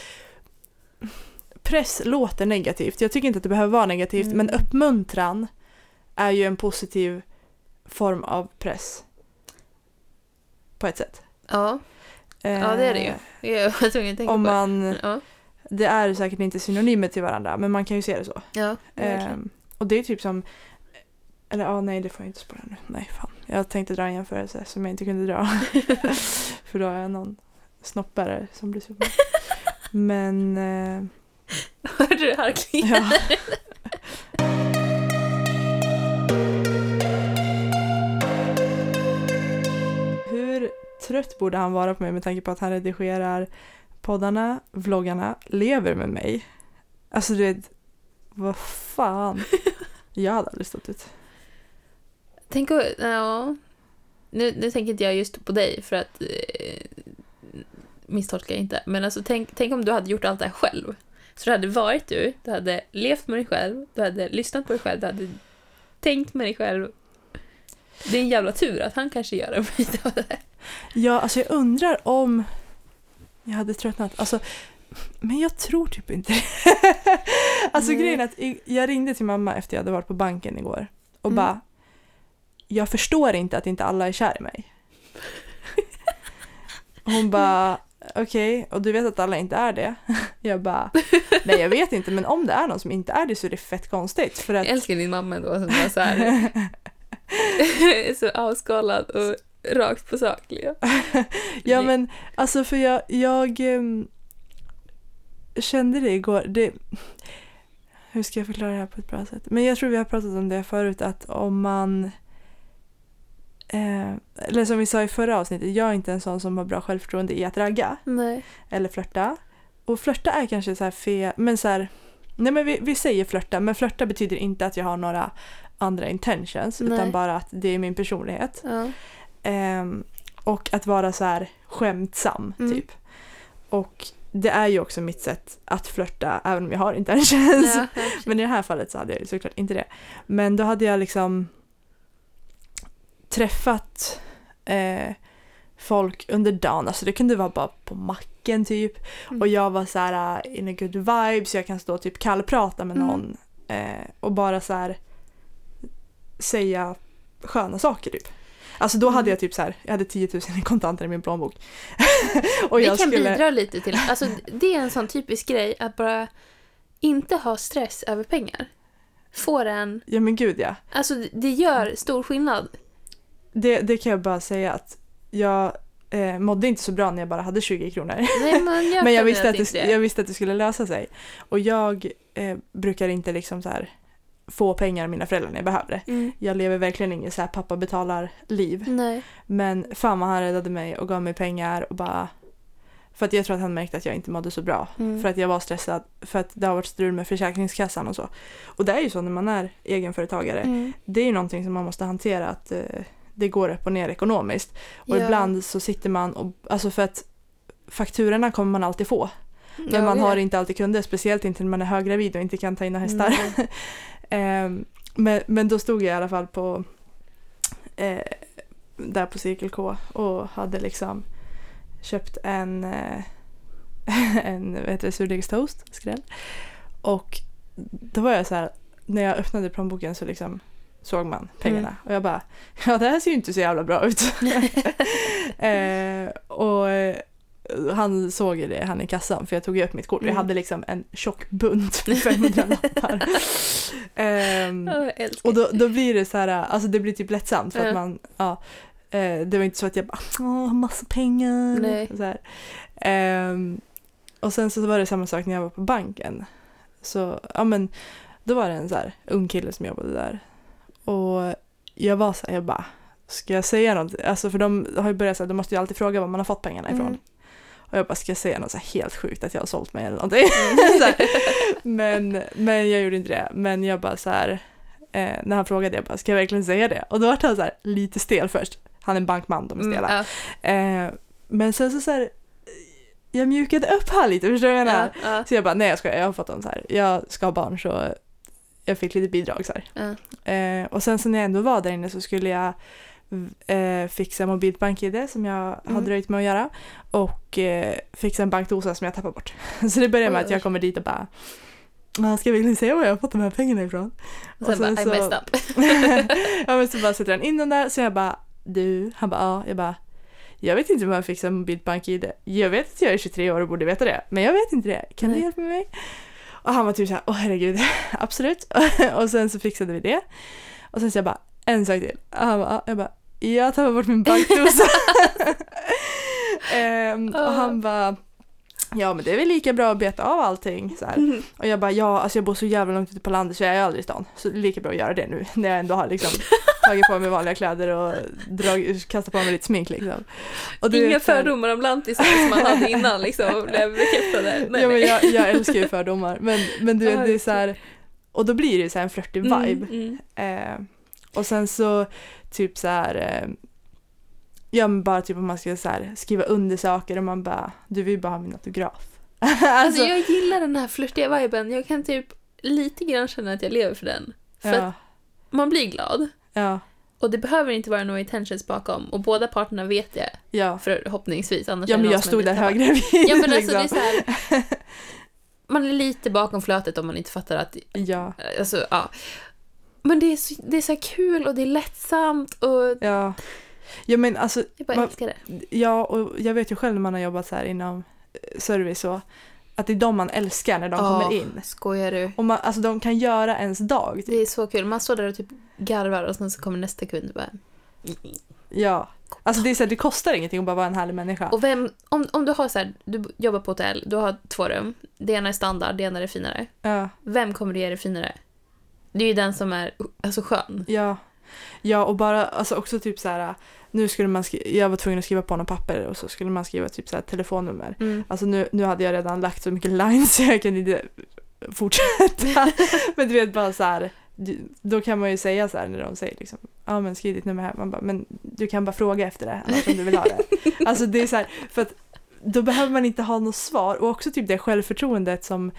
A: press låter negativt. Jag tycker inte att det behöver vara negativt, men uppmuntran är ju en positiv form av press. På ett sätt.
B: Ja, det är det ju. Jag var tvungen att tänka
A: om
B: på
A: man,
B: ja.
A: Det är säkert inte synonymer till varandra, men man kan ju se det så.
B: Ja, verkligen.
A: Och det är typ som, eller nej, det får jag inte spåra nu. Nej, fan. Jag tänkte dra en jämförelse som jag inte kunde dra. För då har jag någon snoppare som blir super. Men...
B: Hörde du harkligen?
A: Ja. Hur trött borde han vara på mig med tanke på att han redigerar poddarna, vloggarna, lever med mig? Alltså du vet, vad fan? Jag hade aldrig stått ut.
B: Tänk om, ja. Nu tänker inte jag just på dig för att misstolka inte. Men alltså tänk om du hade gjort allt det här själv. Så det hade varit du hade levt med dig själv, du hade lyssnat på dig själv, du hade tänkt med dig själv. Det är en jävla tur att han kanske gör en bit av det.
A: Ja, alltså jag undrar om jag hade tröttnat. Alltså, men jag tror typ inte det. Alltså grejen är att jag ringde till mamma efter jag hade varit på banken igår. Och bara, jag förstår inte att inte alla är kär i mig. Hon bara, okej, och du vet att alla inte är det? Jag bara, nej jag vet inte, men om det är någon som inte är det så är det fett konstigt. För att...
B: Jag älskar din mamma ändå som var så här så avskalad och rakt på sak.
A: Ja men, alltså för jag kände det igår, hur ska jag förklara det här på ett bra sätt? Men jag tror vi har pratat om det förut, att om man eller som vi sa i förra avsnittet, jag är inte en sån som har bra självförtroende i att ragga.
B: Nej.
A: Eller flörta. Och flörta är kanske så här fel, men så här, nej men vi säger flörta, men flörta betyder inte att jag har några andra intentions, utan bara att det är min personlighet.
B: Ja.
A: Och att vara så här skämtsam typ. Och det är ju också mitt sätt att flörta, även om jag har intentions. Ja, men i det här fallet så hade jag såklart inte det. Men då hade jag liksom träffat folk under dagen. Alltså det kunde vara bara på macken typ. Och jag var så här in a good vibe, så jag kan stå och typ kallprata med någon och bara så här säga sköna saker typ. Alltså då hade jag typ så här, jag hade 10 000 i kontanter i min plånbok. Och
B: jag kan bidra lite till, alltså det är en sån typisk grej att bara inte ha stress över pengar. Får en...
A: Ja men gud ja.
B: Alltså det gör stor skillnad.
A: Det kan jag bara säga att jag mådde inte så bra när jag bara hade 20 kronor.
B: Nej, men
A: jag visste att det skulle lösa sig. Och jag brukar inte liksom så här få pengar av mina föräldrar när jag behöver det. Jag lever verkligen ingen så här pappa betalar liv.
B: Nej.
A: Men fan vad han räddade mig och gav mig pengar och bara... För att jag tror att han märkte att jag inte mådde så bra. För att jag var stressad. För att det har varit strul med Försäkringskassan och så. Och det är ju så när man är egenföretagare. Det är ju någonting som man måste hantera, att det går upp och ner ekonomiskt. Och ibland så sitter man och... Alltså för att fakturorna kommer man alltid få. Men man har inte alltid kunder. Speciellt inte när man är höggravid och inte kan ta in hästar. Men då stod jag i alla fall på där på Cirkel K och hade liksom köpt en surdegstoast, skräll. Och då var jag så här, när jag öppnade plånboken så liksom såg man pengarna. Och jag bara, ja det här ser ju inte så jävla bra ut. Och han såg det, han i kassan, för jag tog ju upp mitt kort. Jag hade liksom en tjock bunt med 500 lappar. Och då blir det så här, alltså det blir typ lättsamt för att man, det var inte så att jag bara, har massa pengar.
B: Nej.
A: Så här. Och sen så var det samma sak när jag var på banken. Så, ja men, då var det en så här ung kille som jobbade där. Och jag var så här, jag bara, ska jag säga något? Alltså för de har ju börjat så här, de måste ju alltid fråga var man har fått pengarna ifrån. Och jag bara, ska jag säga något så här helt sjukt att jag har sålt mig eller någonting? Så här. Men jag gjorde inte det. Men jag bara så här, när han frågade, jag bara, ska jag verkligen säga det? Och då var han så här lite stel först. Han är en bankman, de är stela. Men sen så här, jag mjukade upp här lite, förstår du vad jag menar? Så jag bara, nej jag har fått dem så här. Jag ska ha barn så jag fick lite bidrag så här. Och sen så när jag ändå var där inne så skulle jag fixa mobilt bank-ID som jag hade dröjt med att göra. Och fixa en bankdosa som jag tappade bort. Så det började med att jag kommer dit och bara, Man ska verkligen säga var jag har fått de här pengarna ifrån.
B: Och sen bara, I messed up.
A: Ja, men så bara sätter han in den där, så jag bara, han bara, ja, jag bara, jag vet inte hur man fixar mobilt bank-id. Jag vet att jag är 23 år och borde veta det, men jag vet inte det. Kan du hjälpa mig? Och han var typ såhär, herregud, absolut. Och sen så fixade vi det. Och sen så jag bara, en sak till. Och han bara, jag tar bort min bankdosa. Och han bara, ja, men det är väl lika bra att beta av allting så här. Och jag bara, ja, alltså jag bor så jävla långt ute på landet så jag är aldrig i stan. Så det är lika bra att göra det nu när jag ändå har liksom tagit på mig vanliga kläder och kastat på mig lite smink liksom. Och
B: inga fördomar om lantisar som man hade innan liksom blev bekräftade.
A: Ja, men jag älskar ju fördomar. Men du vet, det är så här, och då blir det ju så här en flörtig vibe. Och sen så typ så här, ja, men bara typ om man ska så här, skriva under saker och man bara, du vill bara ha min autograf.
B: Alltså jag gillar den här flörtiga viben. Jag kan typ lite grann känna att jag lever för den. För att man blir glad.
A: Ja.
B: Och det behöver inte vara några intentions bakom. Och båda parterna vet det.
A: Ja.
B: Förhoppningsvis. Annars
A: ja, men jag stod där högre vid.
B: Ja, men alltså det är så här, man är lite bakom flötet om man inte fattar att...
A: Ja.
B: Alltså, ja. Men det är så kul och det är lättsamt och...
A: Ja. Ja, men alltså...
B: Jag bara älskar det.
A: Ja, och jag vet ju själv när man har jobbat så här inom service så att det är de man älskar när de kommer in.
B: Skojar du?
A: Och man, alltså de kan göra ens dag. Typ.
B: Det är så kul. Man står där och typ garvar och sen så kommer nästa kund och bara...
A: Ja. Alltså det är så här, det kostar ingenting att bara vara en härlig människa.
B: Och om du har så här, du jobbar på hotell, du har 2 rum. Det ena är standard, det ena är finare.
A: Ja.
B: Vem kommer du ge det finare? Det är ju den som är alltså skön.
A: Ja. Ja, och bara alltså också typ så här, nu skulle man jag var tvungen att skriva på något papper och så skulle man skriva typ så här telefonnummer. Alltså nu hade jag redan lagt så mycket lines så jag kan inte fortsätta. Men du vet bara så här, då kan man ju säga så här när de säger liksom, ja, men skriv ditt nummer här. Man bara, men du kan bara fråga efter det annars om du vill ha det. Alltså det är så här, för att då behöver man inte ha något svar. Och också typ det självförtroendet som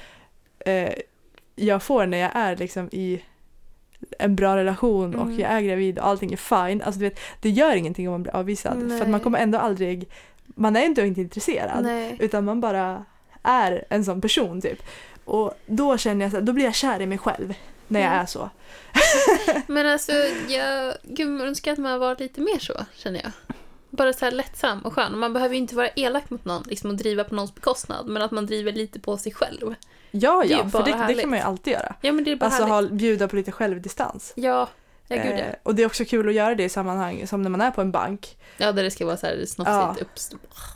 A: jag får när jag är liksom i en bra relation och jag är gravid och allting är fine. Alltså du vet, det gör ingenting om man blir avvisad.
B: Nej.
A: För att man kommer ändå aldrig, man är ändå inte intresserad.
B: Nej.
A: Utan man bara är en sån person typ. Och då känner jag så här, då blir jag kär i mig själv när jag är så.
B: Men alltså, gud, önskar att man var lite mer så, känner jag. Bara så här lättsam och skön. Man behöver ju inte vara elak mot någon liksom, och driva på någons bekostnad. Men att man driver lite på sig själv.
A: Ja, för det
B: härligt.
A: kan man ju alltid göra.
B: Ja, men det är bara
A: alltså bjuda på lite självdistans.
B: Ja, gud ja.
A: Och det är också kul att göra det i sammanhang som när man är på en bank.
B: Ja, där det ska vara så här snofsigt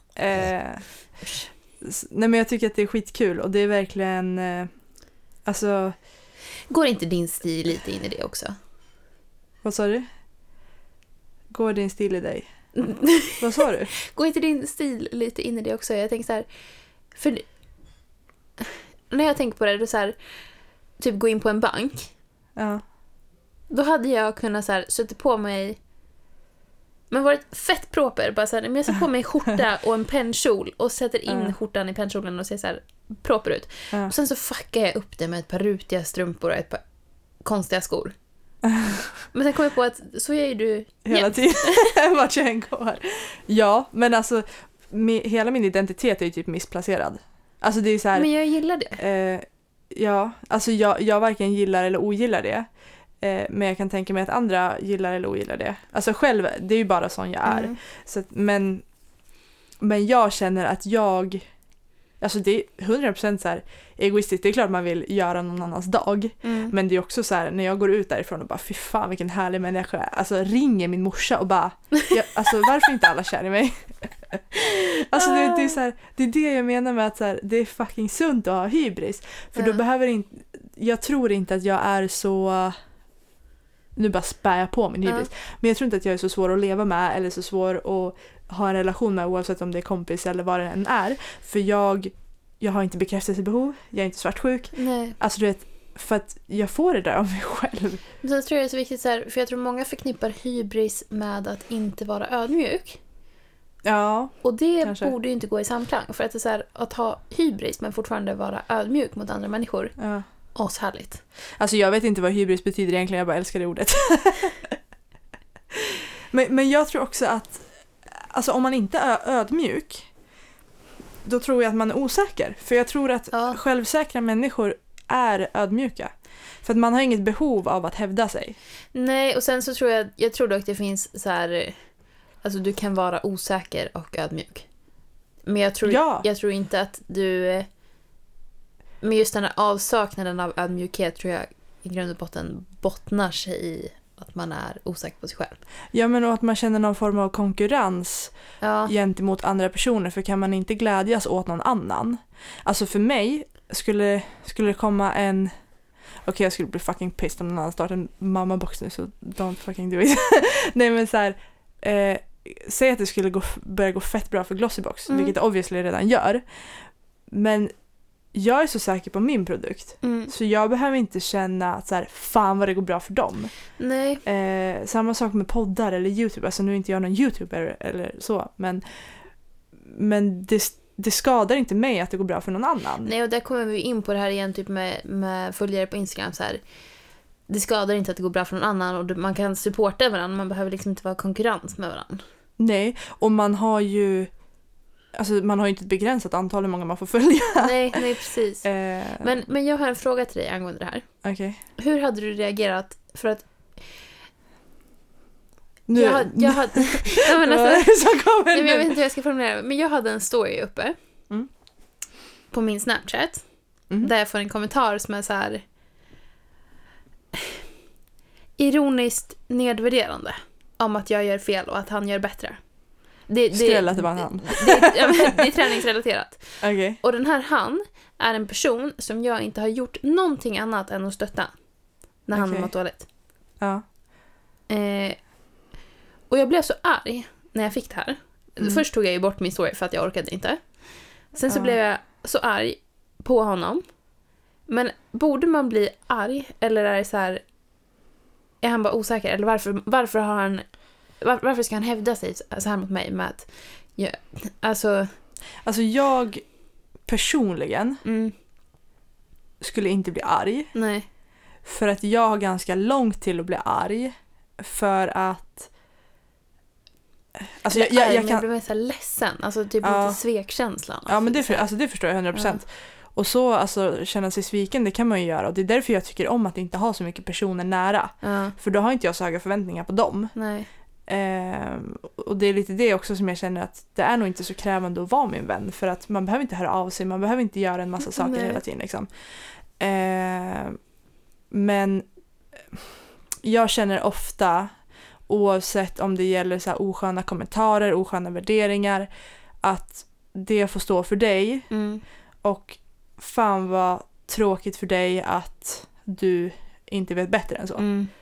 A: Nej, men jag tycker att det är skitkul och det är verkligen alltså...
B: Går inte din stil lite in i det också?
A: Vad sa du? Går din stil i dig? Vad sa du?
B: Går inte din stil lite in i det också? Jag tänker så här, för när jag tänker på det, då så här, typ gå in på en bank.
A: Ja.
B: Då hade jag kunnat så här, sätta på mig, men varit fett proper, bara så här, men jag sätter på mig skjorta och en pennkjol och sätter in skjortan i pennkjolen och ser så här proper ut. Och sen så fuckar jag upp det med ett par rutiga strumpor och ett par konstiga skor. Men sen kom jag på att så är ju du
A: hela tiden vart jag än går. Ja, men alltså hela min identitet är ju typ missplacerad. Alltså det är så här,
B: men jag gillar det.
A: Ja, alltså jag varken gillar eller ogillar det. Men jag kan tänka mig att andra gillar eller ogillar det. Alltså själv, det är ju bara sån jag är. Så att, men jag känner att alltså det är 100% så här egoistiskt. Det är klart man vill göra någon annans dag. Men det är också så här, när jag går ut därifrån och bara, fy fan vilken härlig människa. Alltså ringer min morsa och bara, alltså varför inte alla kär i mig? Alltså det är så här, det är det jag menar med att så här, det är fucking sunt att ha hybris. För då behöver inte, jag tror inte att jag är så, nu bara spär jag på min hybris. Men jag tror inte att jag är så svår att leva med eller så svår att ha en relation med, oavsett om det är kompis eller vad det än är. För jag har inte bekräftelsebehov, jag är inte svartsjuk.
B: Nej.
A: Alltså du vet, för att jag får det där av mig själv.
B: Men så tror jag det är så viktigt så här, för jag tror många förknippar hybris med att inte vara ödmjuk.
A: Ja.
B: Och det
A: kanske
B: borde ju inte gå i samklang, för att det är så här, att ha hybris men fortfarande vara ödmjuk mot andra människor.
A: Ja.
B: Ashärligt.
A: Alltså jag vet inte vad hybris betyder egentligen, jag bara älskar det ordet. men jag tror också att alltså om man inte är ödmjuk, då tror jag att man är osäker. För jag tror att självsäkra människor är ödmjuka. För att man har inget behov av att hävda sig.
B: Nej, och sen så tror jag tror dock det finns så här, alltså du kan vara osäker och ödmjuk. Men jag tror inte att du, men just den här avsaknaden av ödmjukhet tror jag i grund och botten bottnar sig i att man är osäker på sig själv.
A: Ja, men och att man känner någon form av konkurrens gentemot andra personer, för kan man inte glädjas åt någon annan. Alltså för mig skulle det komma en... Okej, jag skulle bli fucking pissed om någon annan startar en mammabox nu, så don't fucking do it. Nej, men så här, säg att det skulle börja gå fett bra för Glossybox, vilket det obviously redan gör. Men jag är så säker på min produkt, så jag behöver inte känna att så här, fan vad det går bra för dem.
B: Nej.
A: Samma sak med poddar eller YouTube. Alltså nu är inte jag någon YouTuber eller så, men det skadar inte mig att det går bra för någon annan.
B: Nej, och där kommer vi in på det här igen typ med följare på Instagram så här. Det skadar inte att det går bra för någon annan, och man kan supporta varandra, man behöver liksom inte vara konkurrens med varandra. Nej,
A: och man har ju inte ett begränsat antal hur många man får följa.
B: Nej, precis. Men jag har en fråga till dig angående det här.
A: Okej.
B: Hur hade du reagerat? För att
A: nu
B: jag hade jag vet inte hur jag ska formulera, men jag hade en story uppe på min Snapchat där jag får en kommentar som är så här ironiskt nedvärderande om att jag gör fel och att han gör bättre. Det är träningsrelaterat.
A: Okay.
B: Och den här han är en person som jag inte har gjort någonting annat än att stötta när han har mått dåligt.
A: Ja.
B: Och jag blev så arg när jag fick det här. Först tog jag ju bort min story för att jag orkade inte. Sen så blev jag så arg på honom. Men borde man bli arg, eller är det så här, är han bara osäker, eller varför ska han hävda sig så här mot mig med att alltså
A: jag personligen skulle inte bli arg.
B: Nej.
A: För att jag har ganska långt till att bli arg, för att alltså jag kan
B: bli så ledsen, alltså typ lite svekkänslan.
A: Ja, men det förstår jag 100%. Ja. Och så alltså känna sig sviken, det kan man ju göra, och det är därför jag tycker om att inte ha så mycket personer nära. Ja. För då har inte jag så höga förväntningar på dem.
B: Nej.
A: Och det är lite det också som jag känner att det är nog inte så krävande att vara min vän, för att man behöver inte höra av sig, man behöver inte göra en massa saker hela tiden liksom. Men jag känner ofta, oavsett om det gäller så här osköna kommentarer, osköna värderingar, att det får stå för dig. Och fan vad tråkigt för dig att du inte vet bättre än så.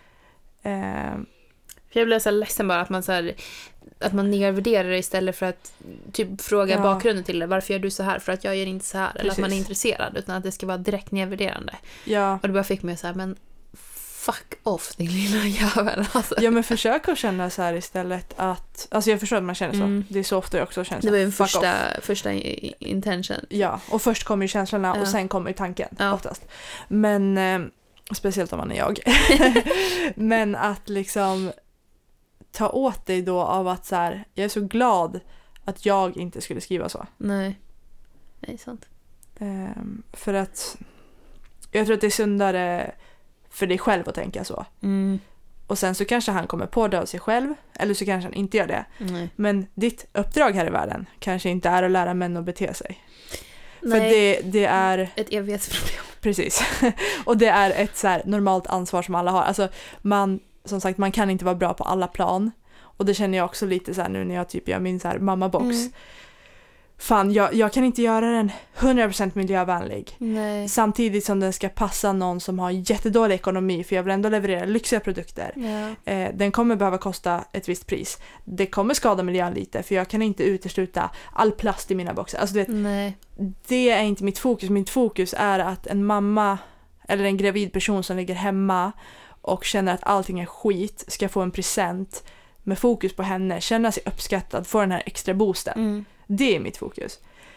B: För jag blev så ledsen bara att man så här, att man nedvärderar det istället för att typ fråga bakgrunden till det. Varför gör du så här? För att jag gör inte så här. Precis. Eller att man är intresserad, utan att det ska vara direkt nedvärderande. Ja. Och det bara fick mig så här, men fuck off, din lilla jävel. Alltså. Ja, men försök att känna så här istället att... Alltså jag förstår att man känner så. Det är så ofta jag också känner så. Det var ju första intention. Ja, och först kommer ju känslorna och sen kommer ju tanken oftast. Men speciellt om man är jag. Men att liksom ta åt dig då av att så här, jag är så glad att jag inte skulle skriva så. Nej, sant. För att jag tror att det är sundare för dig själv att tänka så. Och sen så kanske han kommer på det av sig själv, eller så kanske han inte gör det. Men ditt uppdrag här i världen kanske inte är att lära män att bete sig. Nej, för det är ett evighetsproblem. Precis. Och det är ett så här normalt ansvar som alla har. Alltså som sagt, man kan inte vara bra på alla plan. Och det känner jag också lite så här nu när jag typ gör min så här mammabox. Fan, jag kan inte göra den 100% miljövänlig. Nej. Samtidigt som den ska passa någon som har jättedålig ekonomi, för jag vill ändå leverera lyxiga produkter. Ja. Den kommer behöva kosta ett visst pris. Det kommer skada miljön lite, för jag kan inte utesluta all plast i mina boxar. Alltså det är inte mitt fokus. Mitt fokus är att en mamma eller en gravid person som ligger hemma och känner att allting är skit ska få en present med fokus på henne, känna sig uppskattad, få den här extra boosten. Det är mitt fokus.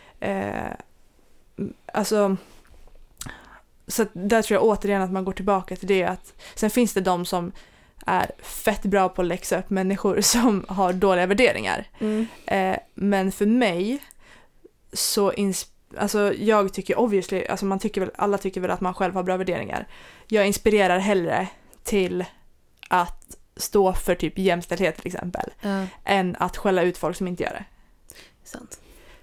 B: Alltså, så där tror jag återigen att man går tillbaka till det, att sen finns det de som är fett bra på att läxa upp människor som har dåliga värderingar. Men för mig så
A: alltså jag tycker obviously, alltså alla tycker väl att man själv har bra värderingar. Jag inspirerar hellre till att stå för typ jämställdhet till exempel, än att skälla ut folk som inte gör det.
B: Sant.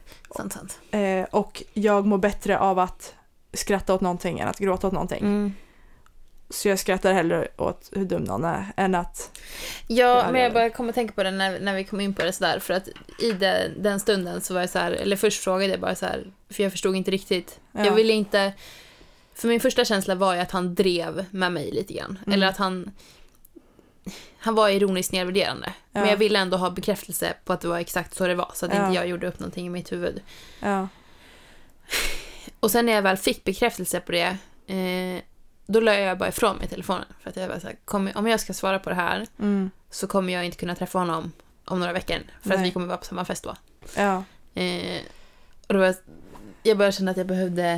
A: Och jag mår bättre av att skratta åt någonting än att gråta åt någonting. Så jag skrattar hellre åt hur dum någon är än att...
B: Ja, men jag bara kommer att tänka på det när vi kom in på det sådär. För att i den stunden så var jag så här, eller först frågade jag bara så här, för jag förstod inte riktigt. Jag ville inte... För min första känsla var ju att han drev med mig lite grann. Eller att han var ironiskt nedvärderande. Men jag ville ändå ha bekräftelse på att det var exakt så det var. Så att inte jag gjorde upp någonting i mitt huvud. Ja. Och sen när jag väl fick bekräftelse på det... då la jag bara ifrån mig telefonen. För att jag var så här, om jag ska svara på det här så kommer jag inte kunna träffa honom om några veckor. För att vi kommer vara på samma fest då. Ja. Och då jag började känna att jag behövde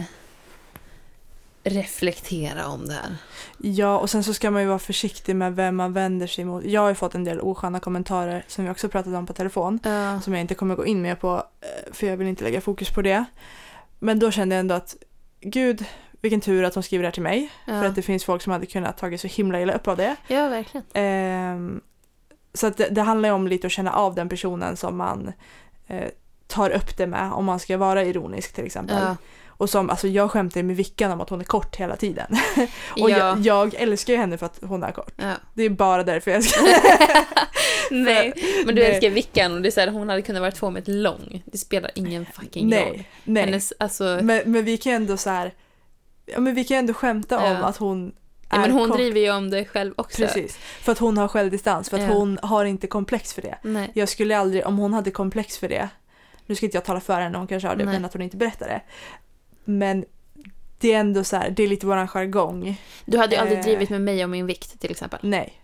B: reflektera om det här.
A: Ja, och sen så ska man ju vara försiktig med vem man vänder sig mot. Jag har ju fått en del osköna kommentarer som vi också pratat om på telefon. Som jag inte kommer gå in med på, för jag vill inte lägga fokus på det. Men då kände jag ändå att gud, vilken tur att de skriver det här till mig. För att det finns folk som hade kunnat tagit så himla illa upp av det.
B: Ja, verkligen.
A: Så att det handlar ju om lite att känna av den personen som man tar upp det med. Om man ska vara ironisk till exempel. Ja. Och som, alltså jag skämtar med Vickan om att hon är kort hela tiden. Och jag älskar ju henne för att hon är kort. Ja. Det är bara därför jag ska...
B: Nej, men du älskar Vickan och det är så här, hon hade kunnat vara 2 meter lång. Det spelar ingen fucking roll.
A: Nej.
B: Hennes, alltså...
A: men vi kan ändå så här... Ja, men vi kan ändå skämta om att hon är
B: men hon
A: kort.
B: driver ju om det själv också.
A: Precis, för att hon har självdistans. För att hon har inte komplex för det. Nej. Jag skulle aldrig, om hon hade komplex för det... Nu ska inte jag tala för henne, hon kanske har det, men att hon inte berättar det. Men det är ändå så här, det är lite våran jargong.
B: Du hade ju aldrig drivit med mig om min vikt till exempel.
A: Nej.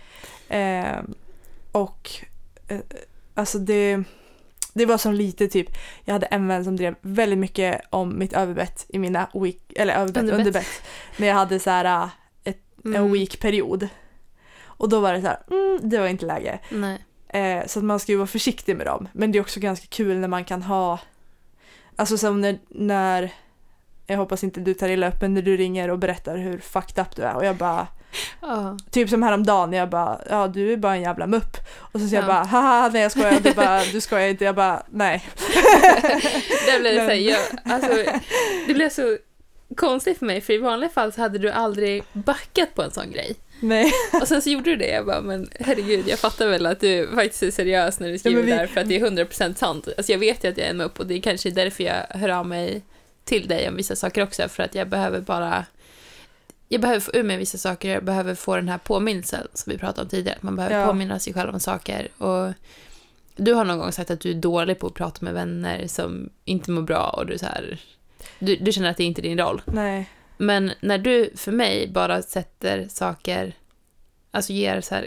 A: Alltså det var som lite typ, jag hade en vän som drev väldigt mycket om mitt överbett i mina underbett. När jag hade så här en week-period. Och då var det så här, det var inte läge.
B: Nej.
A: Så att man ska ju vara försiktig med dem. Men det är också ganska kul när man kan ha... Alltså som när jag hoppas inte du tar illa upp, men när du ringer och berättar hur fucked up du är. Och jag bara... Typ som häromdagen, jag bara, ja du är bara en jävla mupp. Och så säger jag bara, haha, nej jag skojar. Du bara, du skojar inte. Jag bara, nej.
B: Det blev det blev så konstigt för mig. För i vanliga fall så hade du aldrig backat på en sån grej.
A: Nej.
B: Och sen så gjorde du det. Jag bara, men herregud, jag fattar väl att du faktiskt är seriös när du skriver där. För att det är 100% sant. Alltså jag vet ju att jag är en mupp. Och det är kanske därför jag hör av mig till dig om vissa saker också. För att jag behöver få ur mig vissa saker. Jag behöver få den här påminnelsen som vi pratade om tidigare. Man behöver påminna sig själv om saker. Och du har någon gång sagt att du är dålig på att prata med vänner som inte mår bra. Och du, så här, du känner att det inte är din roll.
A: Nej.
B: Men när du för mig bara sätter saker, alltså ger så här,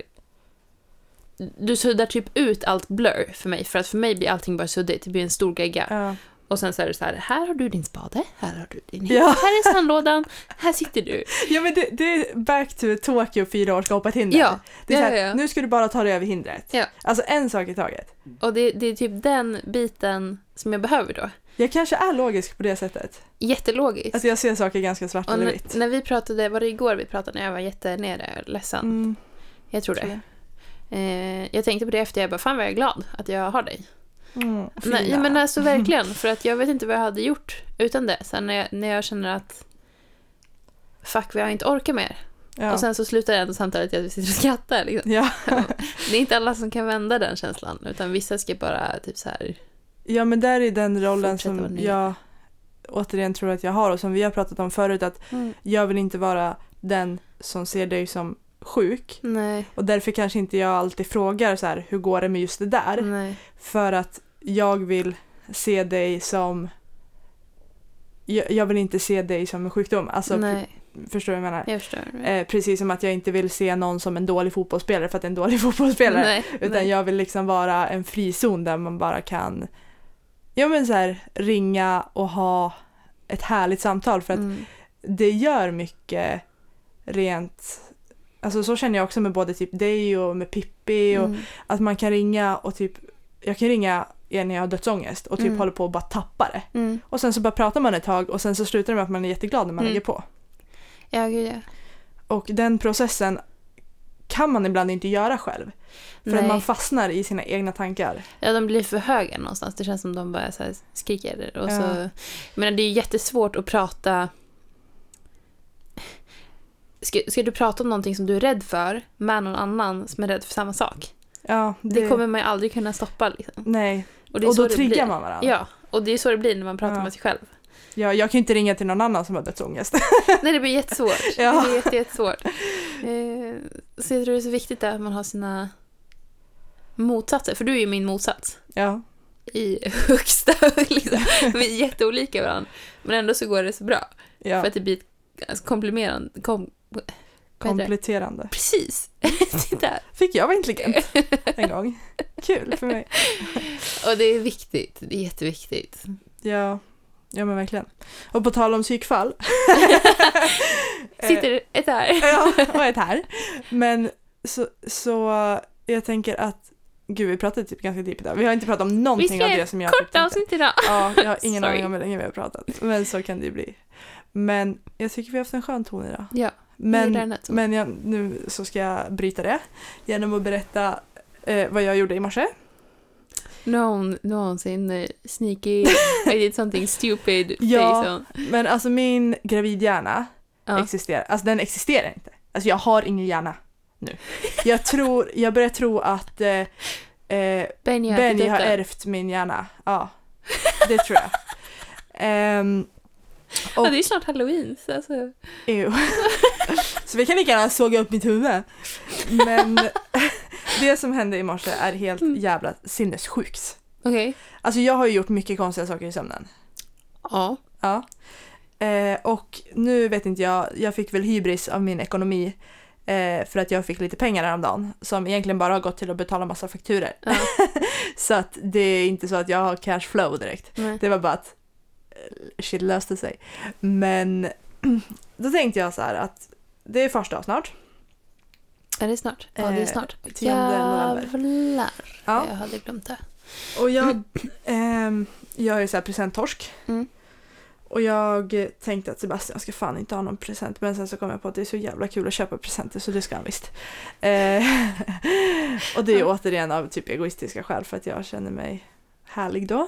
B: du suddar typ ut allt blur för mig. För att för mig blir allting bara suddigt. Det blir en stor gegga. Ja. Och sen så är det så här har du din spade, här har du din här är sandlådan, här sitter du.
A: Ja, men det är back to Tokyo 4 år ska hoppa ett hinder.
B: Ja.
A: Det är så här, nu ska du bara ta dig över hindret. Ja. Alltså en sak i taget.
B: Och det är typ den biten som jag behöver då.
A: Jag kanske är logisk på det sättet.
B: Jättelogisk.
A: Alltså jag ser saker ganska svart eller vitt.
B: När vi pratade, var det igår vi pratade när jag var jättenere ledsen? Jag tror det. Jag tänkte på det efter, jag bara, fan vad jag är glad att jag har dig. Nej, men alltså verkligen, för att jag vet inte vad jag hade gjort utan det. Sen när jag känner att fuck, jag inte orkar mer. Ja. Och sen så slutar ändå samtalet att vi sitter och skrattar liksom. Ja. Det är inte alla som kan vända den känslan, utan vissa ska bara typ så här.
A: Ja, men där är den rollen som jag återigen tror att jag har och som vi har pratat om förut, att jag vill inte vara den som ser dig som sjuk. Nej. Och därför kanske inte jag alltid frågar så här, hur går det med just det där? Nej. För att jag vill se dig som jag vill inte se dig som en sjukdom. Alltså, förstår du vad jag menar?
B: Jag förstår.
A: Precis som att jag inte vill se någon som en dålig fotbollsspelare för att det är en dålig fotbollsspelare. Utan jag vill liksom vara en frizon där man bara kan så här, ringa och ha ett härligt samtal. För att det gör mycket rent. Alltså så känner jag också med både typ dig och med Pippi och att man kan ringa och typ jag kan ringa är när jag har dödsångest och typ håller på att bara tappa det.
B: Mm.
A: Och sen så bara pratar man ett tag och sen så slutar det med att man är jätteglad när man lägger på.
B: Ja, gud ja.
A: Och den processen kan man ibland inte göra själv. För att man fastnar i sina egna tankar.
B: Ja, de blir för höga någonstans. Det känns som de bara så här skriker. Och så, men det är jättesvårt att prata. Ska du prata om någonting som du är rädd för med någon annan som är rädd för samma sak?
A: Ja,
B: det kommer man ju aldrig kunna stoppa. Liksom.
A: Nej,
B: och
A: då triggar man varandra.
B: Ja, och det är så det blir när man pratar med sig själv.
A: Ja, jag kan ju inte ringa till någon annan som har dödsångest.
B: Nej, det blir jättesvårt.
A: Ja.
B: Det blir jättesvårt. Så jag tror det är så viktigt att man har sina motsatser. För du är ju min motsats.
A: Ja.
B: I högsta, liksom. Vi är jätteolika varandra. Men ändå så går det så bra.
A: Ja.
B: För att det blir
A: kompletterande.
B: Precis. Där.
A: Fick jag vara intelligent en gång. Kul för mig.
B: Och det är viktigt. Det är jätteviktigt.
A: Ja, men verkligen. Och på tal om psykfall.
B: Sitter ett här.
A: Ja, och ett här. Men så jag tänker att gud, vi pratade typ ganska deep idag. Vi har inte pratat om någonting av det som jag
B: kort avsnitt idag.
A: Ja, jag har ingen aning om hur länge vi har pratat. Men så kan det ju bli. Men jag tycker vi har haft en skön ton idag.
B: Ja.
A: Men nu så ska jag bryta det genom att berätta vad jag gjorde i morse.
B: Någonsin sneaky I did something stupid.
A: Ja, men alltså min gravidhjärna existerar. Alltså den existerar inte. Alltså jag har ingen hjärna nu. Jag börjar tro att Benny har ärvt min hjärna. Ja, det tror jag.
B: Och det är snart Halloween. Så alltså.
A: Så vi kan lika gärna såga upp mitt huvud. Men det som hände i morse är helt jävla sinnessjukt.
B: Okej.
A: Alltså jag har ju gjort mycket konstiga saker i sömnen.
B: Ja.
A: Ja. Och nu vet inte jag fick väl hybris av min ekonomi för att jag fick lite pengar häromdagen som egentligen bara har gått till att betala massa fakturer.
B: Ja.
A: Så att det är inte så att jag har cash flow direkt.
B: Nej.
A: Det var bara att shit löste sig. Men då tänkte jag så här att det är första dag snart.
B: Är det snart? Ja, det är snart.
A: 10 november.
B: Jävlar.
A: Ja.
B: Jag hade glömt det.
A: Och jag är ju så här presenttorsk.
B: Mm.
A: Och jag tänkte att Sebastian ska fan inte ha någon present. Men sen så kom jag på att det är så jävla kul att köpa presenter. Så det ska han visst. Och det är återigen av typ egoistiska skäl. För att jag känner mig härlig då.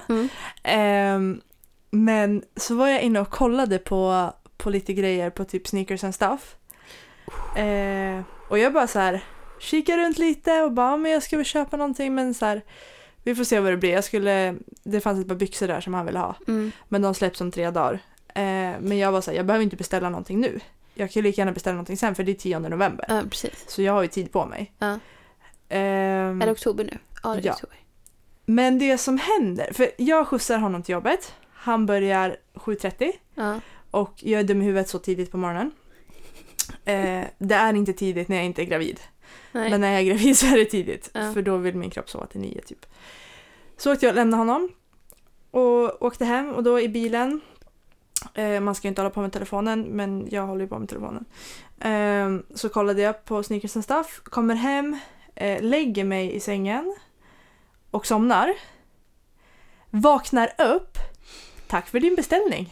A: Men så var jag inne och kollade på lite grejer på typ sneakers and stuff. Och jag bara så här kikade runt lite och bara, men jag ska väl köpa någonting, men så här, vi får se vad det blir. Det fanns ett par byxor där som han ville ha. Men de släpps om 3 dagar. Men jag var så här, jag behöver inte beställa någonting nu. Jag kan ju lika gärna beställa någonting sen, för det är 10 november.
B: Ja, precis.
A: Så jag har ju tid på mig.
B: Ja. Är det oktober nu? Ja, det är oktober. Men
A: det som händer, för jag skjutsar honom till jobbet. Han börjar 7:30.
B: Ja.
A: Och jag är dum i huvudet så tidigt på morgonen. Det är inte tidigt när jag inte är gravid.
B: Nej.
A: Men när jag är gravid så är det tidigt.
B: Ja.
A: För då vill min kropp sova till 9 typ. Så åkte jag och lämnade honom. Och åkte hem. Och då i bilen. Man ska ju inte hålla på med telefonen. Men jag håller ju på med telefonen. Så kollade jag på sneakers and stuff. Kommer hem. Lägger mig i sängen. Och somnar. Vaknar upp. Tack för din beställning.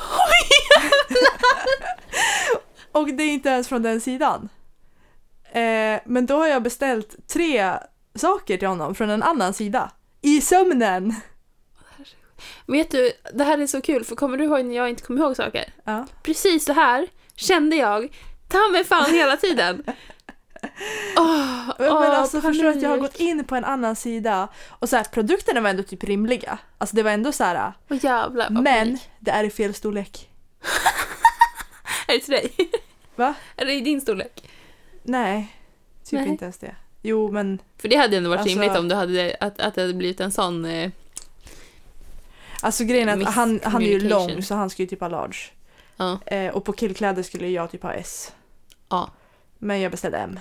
A: Och det är inte ens från den sidan. Men då har jag beställt 3 saker till honom från en annan sida. I sömnen.
B: Vet du, det här är så kul. För kommer du ihåg när jag inte kommer ihåg saker?
A: Ja.
B: Precis så här kände jag. Ta mig fan hela tiden.
A: Men alltså förstår att jag har gått in på en annan sida. Och så här, produkterna var ändå typ rimliga. Alltså det var ändå så här.
B: Jävlar,
A: men det är i fel storlek.
B: Är det till dig?
A: Va?
B: Är det i din storlek?
A: Nej, typ inte ens det. Jo, men...
B: För det hade ändå varit
A: alltså,
B: rimligt om du hade, att det hade blivit en sån...
A: Alltså grejen är att han är ju lång, så han ska ju typ ha large.
B: Ja.
A: Och på killkläder skulle jag typ ha S.
B: Ja.
A: Men jag beställde M.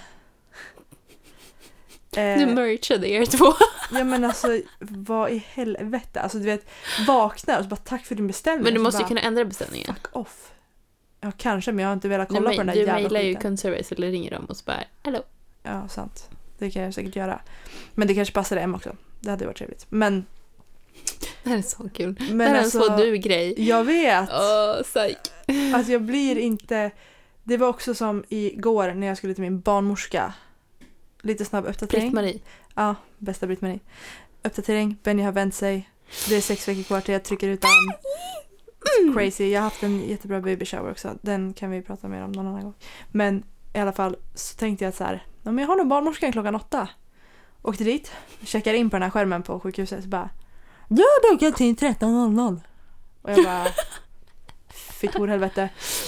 B: Du merchade er 2.
A: Ja, men alltså, vad i helvete? Alltså du vet, vaknar och så bara tack för din beställning.
B: Men du måste ju
A: bara,
B: kunna ändra beställningen.
A: Fuck off. Ja, kanske, men jag har inte velat kolla på den där
B: du
A: jävla
B: mejlar ju
A: skiten.
B: kundservice eller ringer dem och så bara, hallå.
A: Ja, sant. Det kan jag säkert göra. Men det kanske passar M också. Det hade varit trevligt. Men
B: Det här är så kul.
A: Men
B: det här är
A: alltså,
B: en så du-grej.
A: Jag vet.
B: Psych.
A: Att jag blir inte... Det var också som igår när jag skulle till min barnmorska. Lite snabb uppdatering.
B: Britt-Marie.
A: Ja, bästa Britt-Marie. Uppdatering. Benny har vänt sig. Det är 6 veckor kvar till jag trycker ut den. Crazy. Jag har haft en jättebra baby shower också. Den kan vi prata mer om någon annan gång. Men i alla fall så tänkte jag att så här, men jag har nog barnmorskan klockan 8. Åkte dit. Checkar in på den här skärmen på sjukhuset. Så bara, du har bokat till 13.00. Och jag bara, fick helvete.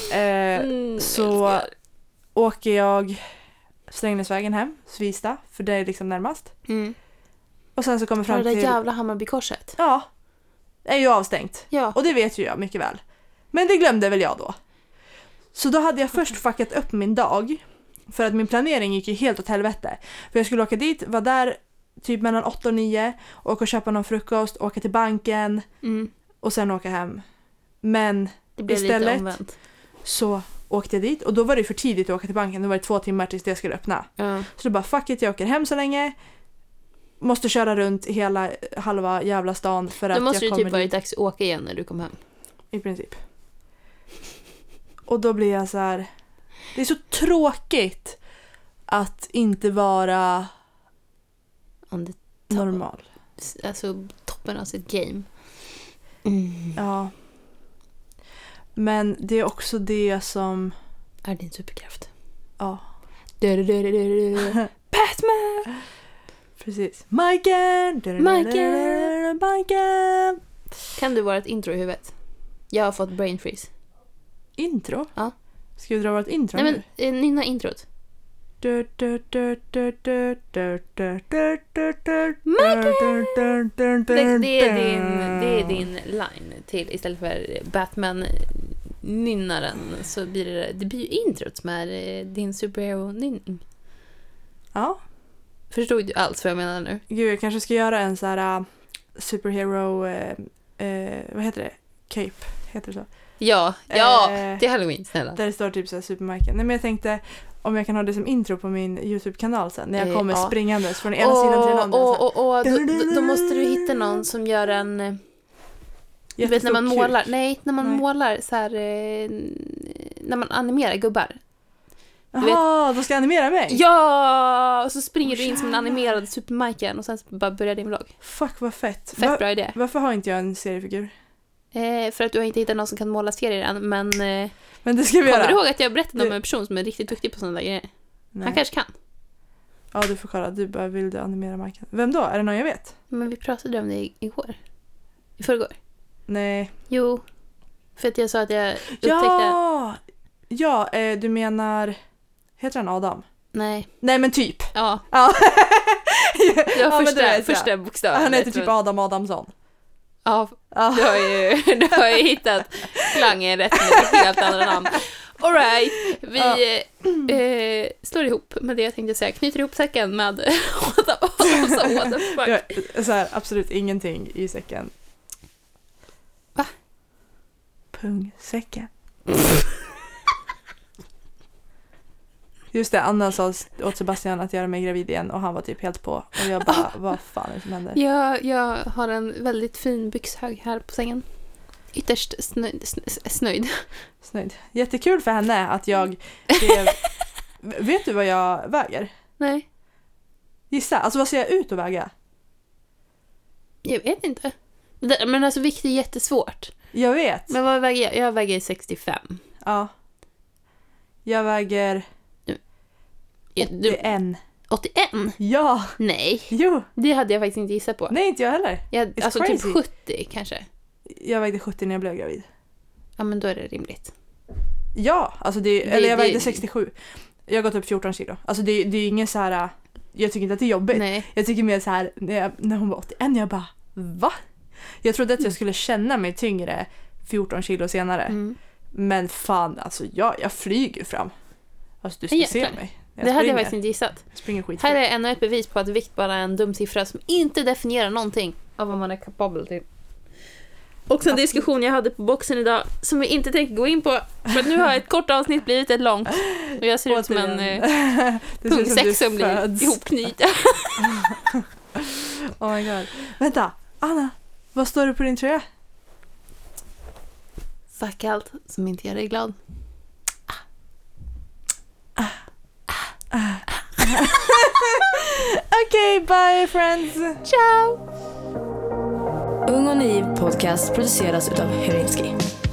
A: Så åker jag Strängnäsvägen hem, Svista, för det är liksom närmast. Och sen så kommer fram
B: till...
A: till...
B: det jävla Hammarbykorset.
A: Ja, det är ju avstängt.
B: Ja.
A: Och det vet ju jag mycket väl. Men det glömde väl jag då. Så då hade jag först fuckat upp min dag. För att min planering gick ju helt åt helvete. För jag skulle åka dit, vara där typ mellan 8 och 9. Åka och köpa någon frukost, åka till banken. Och sen åka hem. Men
B: det blev
A: istället
B: lite omvänt.
A: Så åkte jag dit. Och då var det för tidigt att åka till banken. Det var 2 timmar tills det skulle öppna. Så då bara, fuck it, jag åker hem så länge. Måste köra runt hela halva jävla stan för att jag kommer...
B: Då måste det typ vara dags att åka igen när du kommer hem.
A: I princip. Och då blir jag så här... Det är så tråkigt att inte vara normal.
B: Alltså toppen av sitt game.
A: Ja. Men det är också det som...
B: är din superkraft.
A: Ja.
B: Batman!
A: Precis. Majken! Majken!
B: Kan du vara ett intro i huvudet? Jag har fått brain freeze.
A: Intro?
B: Ja.
A: Ska vi dra vårt intro
B: nu? Nej men, nynna introt. Det är din line till istället för Batman-nynnaren så blir det blir ju introt som är din superhero-nynning.
A: Ja.
B: Förstod du allt vad jag menar nu?
A: Gud, jag kanske ska göra en så här superhero vad heter det? Cape, heter det så?
B: Ja, till Halloween, snälla.
A: Där det står typ så här supermarken. Nej, men jag tänkte om jag kan ha det som intro på min YouTube-kanal sen. När jag kommer springandes från ena sidan till den andra.
B: Då måste du hitta någon som gör en... Du vet när man målar... Nej, när man målar så här... när man animerar gubbar.
A: Jaha, då ska jag animera mig?
B: Ja! Och så springer du in som en animerad supermarken och sen bara börjar din vlogg.
A: Fuck, vad fett.
B: Fett bra idé.
A: Varför har inte jag en seriefigur?
B: För att du har inte hittat någon som kan måla serier än, men
A: det ska vi göra.
B: Kommer du ihåg att jag berättade om en person som är riktigt duktig på sådana där grejer? Nej. Han kanske kan.
A: Ja, du får kolla. Du bara vill animera marken. Vem då? Är det någon jag vet?
B: Men vi pratade om det igår. I förrgår.
A: Nej.
B: Jo. För att jag sa att jag upptäckte...
A: Ja, du menar... Heter han Adam?
B: Nej.
A: Nej, men typ.
B: Ja.
A: Det
B: var första bokstaven.
A: Han heter typ Adam Adamsson.
B: Ja, du har ju hittat slangen rätt med helt andra namn. All right, vi slår ihop med det jag tänkte säga. Knyter ihop säcken med what the fuck.
A: Så här, absolut ingenting i säcken.
B: Va?
A: Pungsäcken. Just det, Anna sa åt Sebastian att göra mig gravid igen och han var typ helt på. Och jag bara, vad fan är det som händer?
B: Jag har en väldigt fin byxhög här på sängen. Ytterst snöjd.
A: Jättekul för henne att jag vet du vad jag väger?
B: Nej.
A: Gissa, alltså vad ser jag ut att väga?
B: Jag vet inte. Men alltså vikt är jättesvårt.
A: Jag vet.
B: Men vad väger jag? Jag väger 65.
A: Ja. Jag väger 81.
B: 81?
A: Ja.
B: Nej.
A: Jo.
B: Det hade jag faktiskt inte gissat på.
A: Nej, inte jag heller.
B: Alltså crazy. Typ 70 kanske.
A: Jag vägde 70 när jag blev gravid.
B: Ja, men då är det rimligt.
A: Ja, alltså jag vägde 67. Jag har gått upp 14 kilo. Alltså det är ingen så här... Jag tycker inte att det är jobbigt.
B: Nej.
A: Jag tycker mer så här när hon var 81, jag bara, va? Jag trodde att jag skulle känna mig tyngre 14 kilo senare. Mm. Men fan, alltså jag flyger fram. Alltså du ska se mig.
B: Det hade jag faktiskt inte gissat.
A: Springer skit.
B: Här är ännu ett bevis på att vikt bara är en dum siffra som inte definierar någonting av vad man är kapabel till. Också en diskussion jag hade på boxen idag som vi inte tänker gå in på. För nu har ett kort avsnitt blivit ett långt. Och jag ser ut som en pungsäck som blir ihopknyt.
A: Oh my god. Vänta, Anna. Vad står det på din tröja?
B: Fuck allt som inte gör dig glad.
A: Okej, bye friends.
B: Ciao!
C: Ung och naiv podcast produceras utav Herinsky.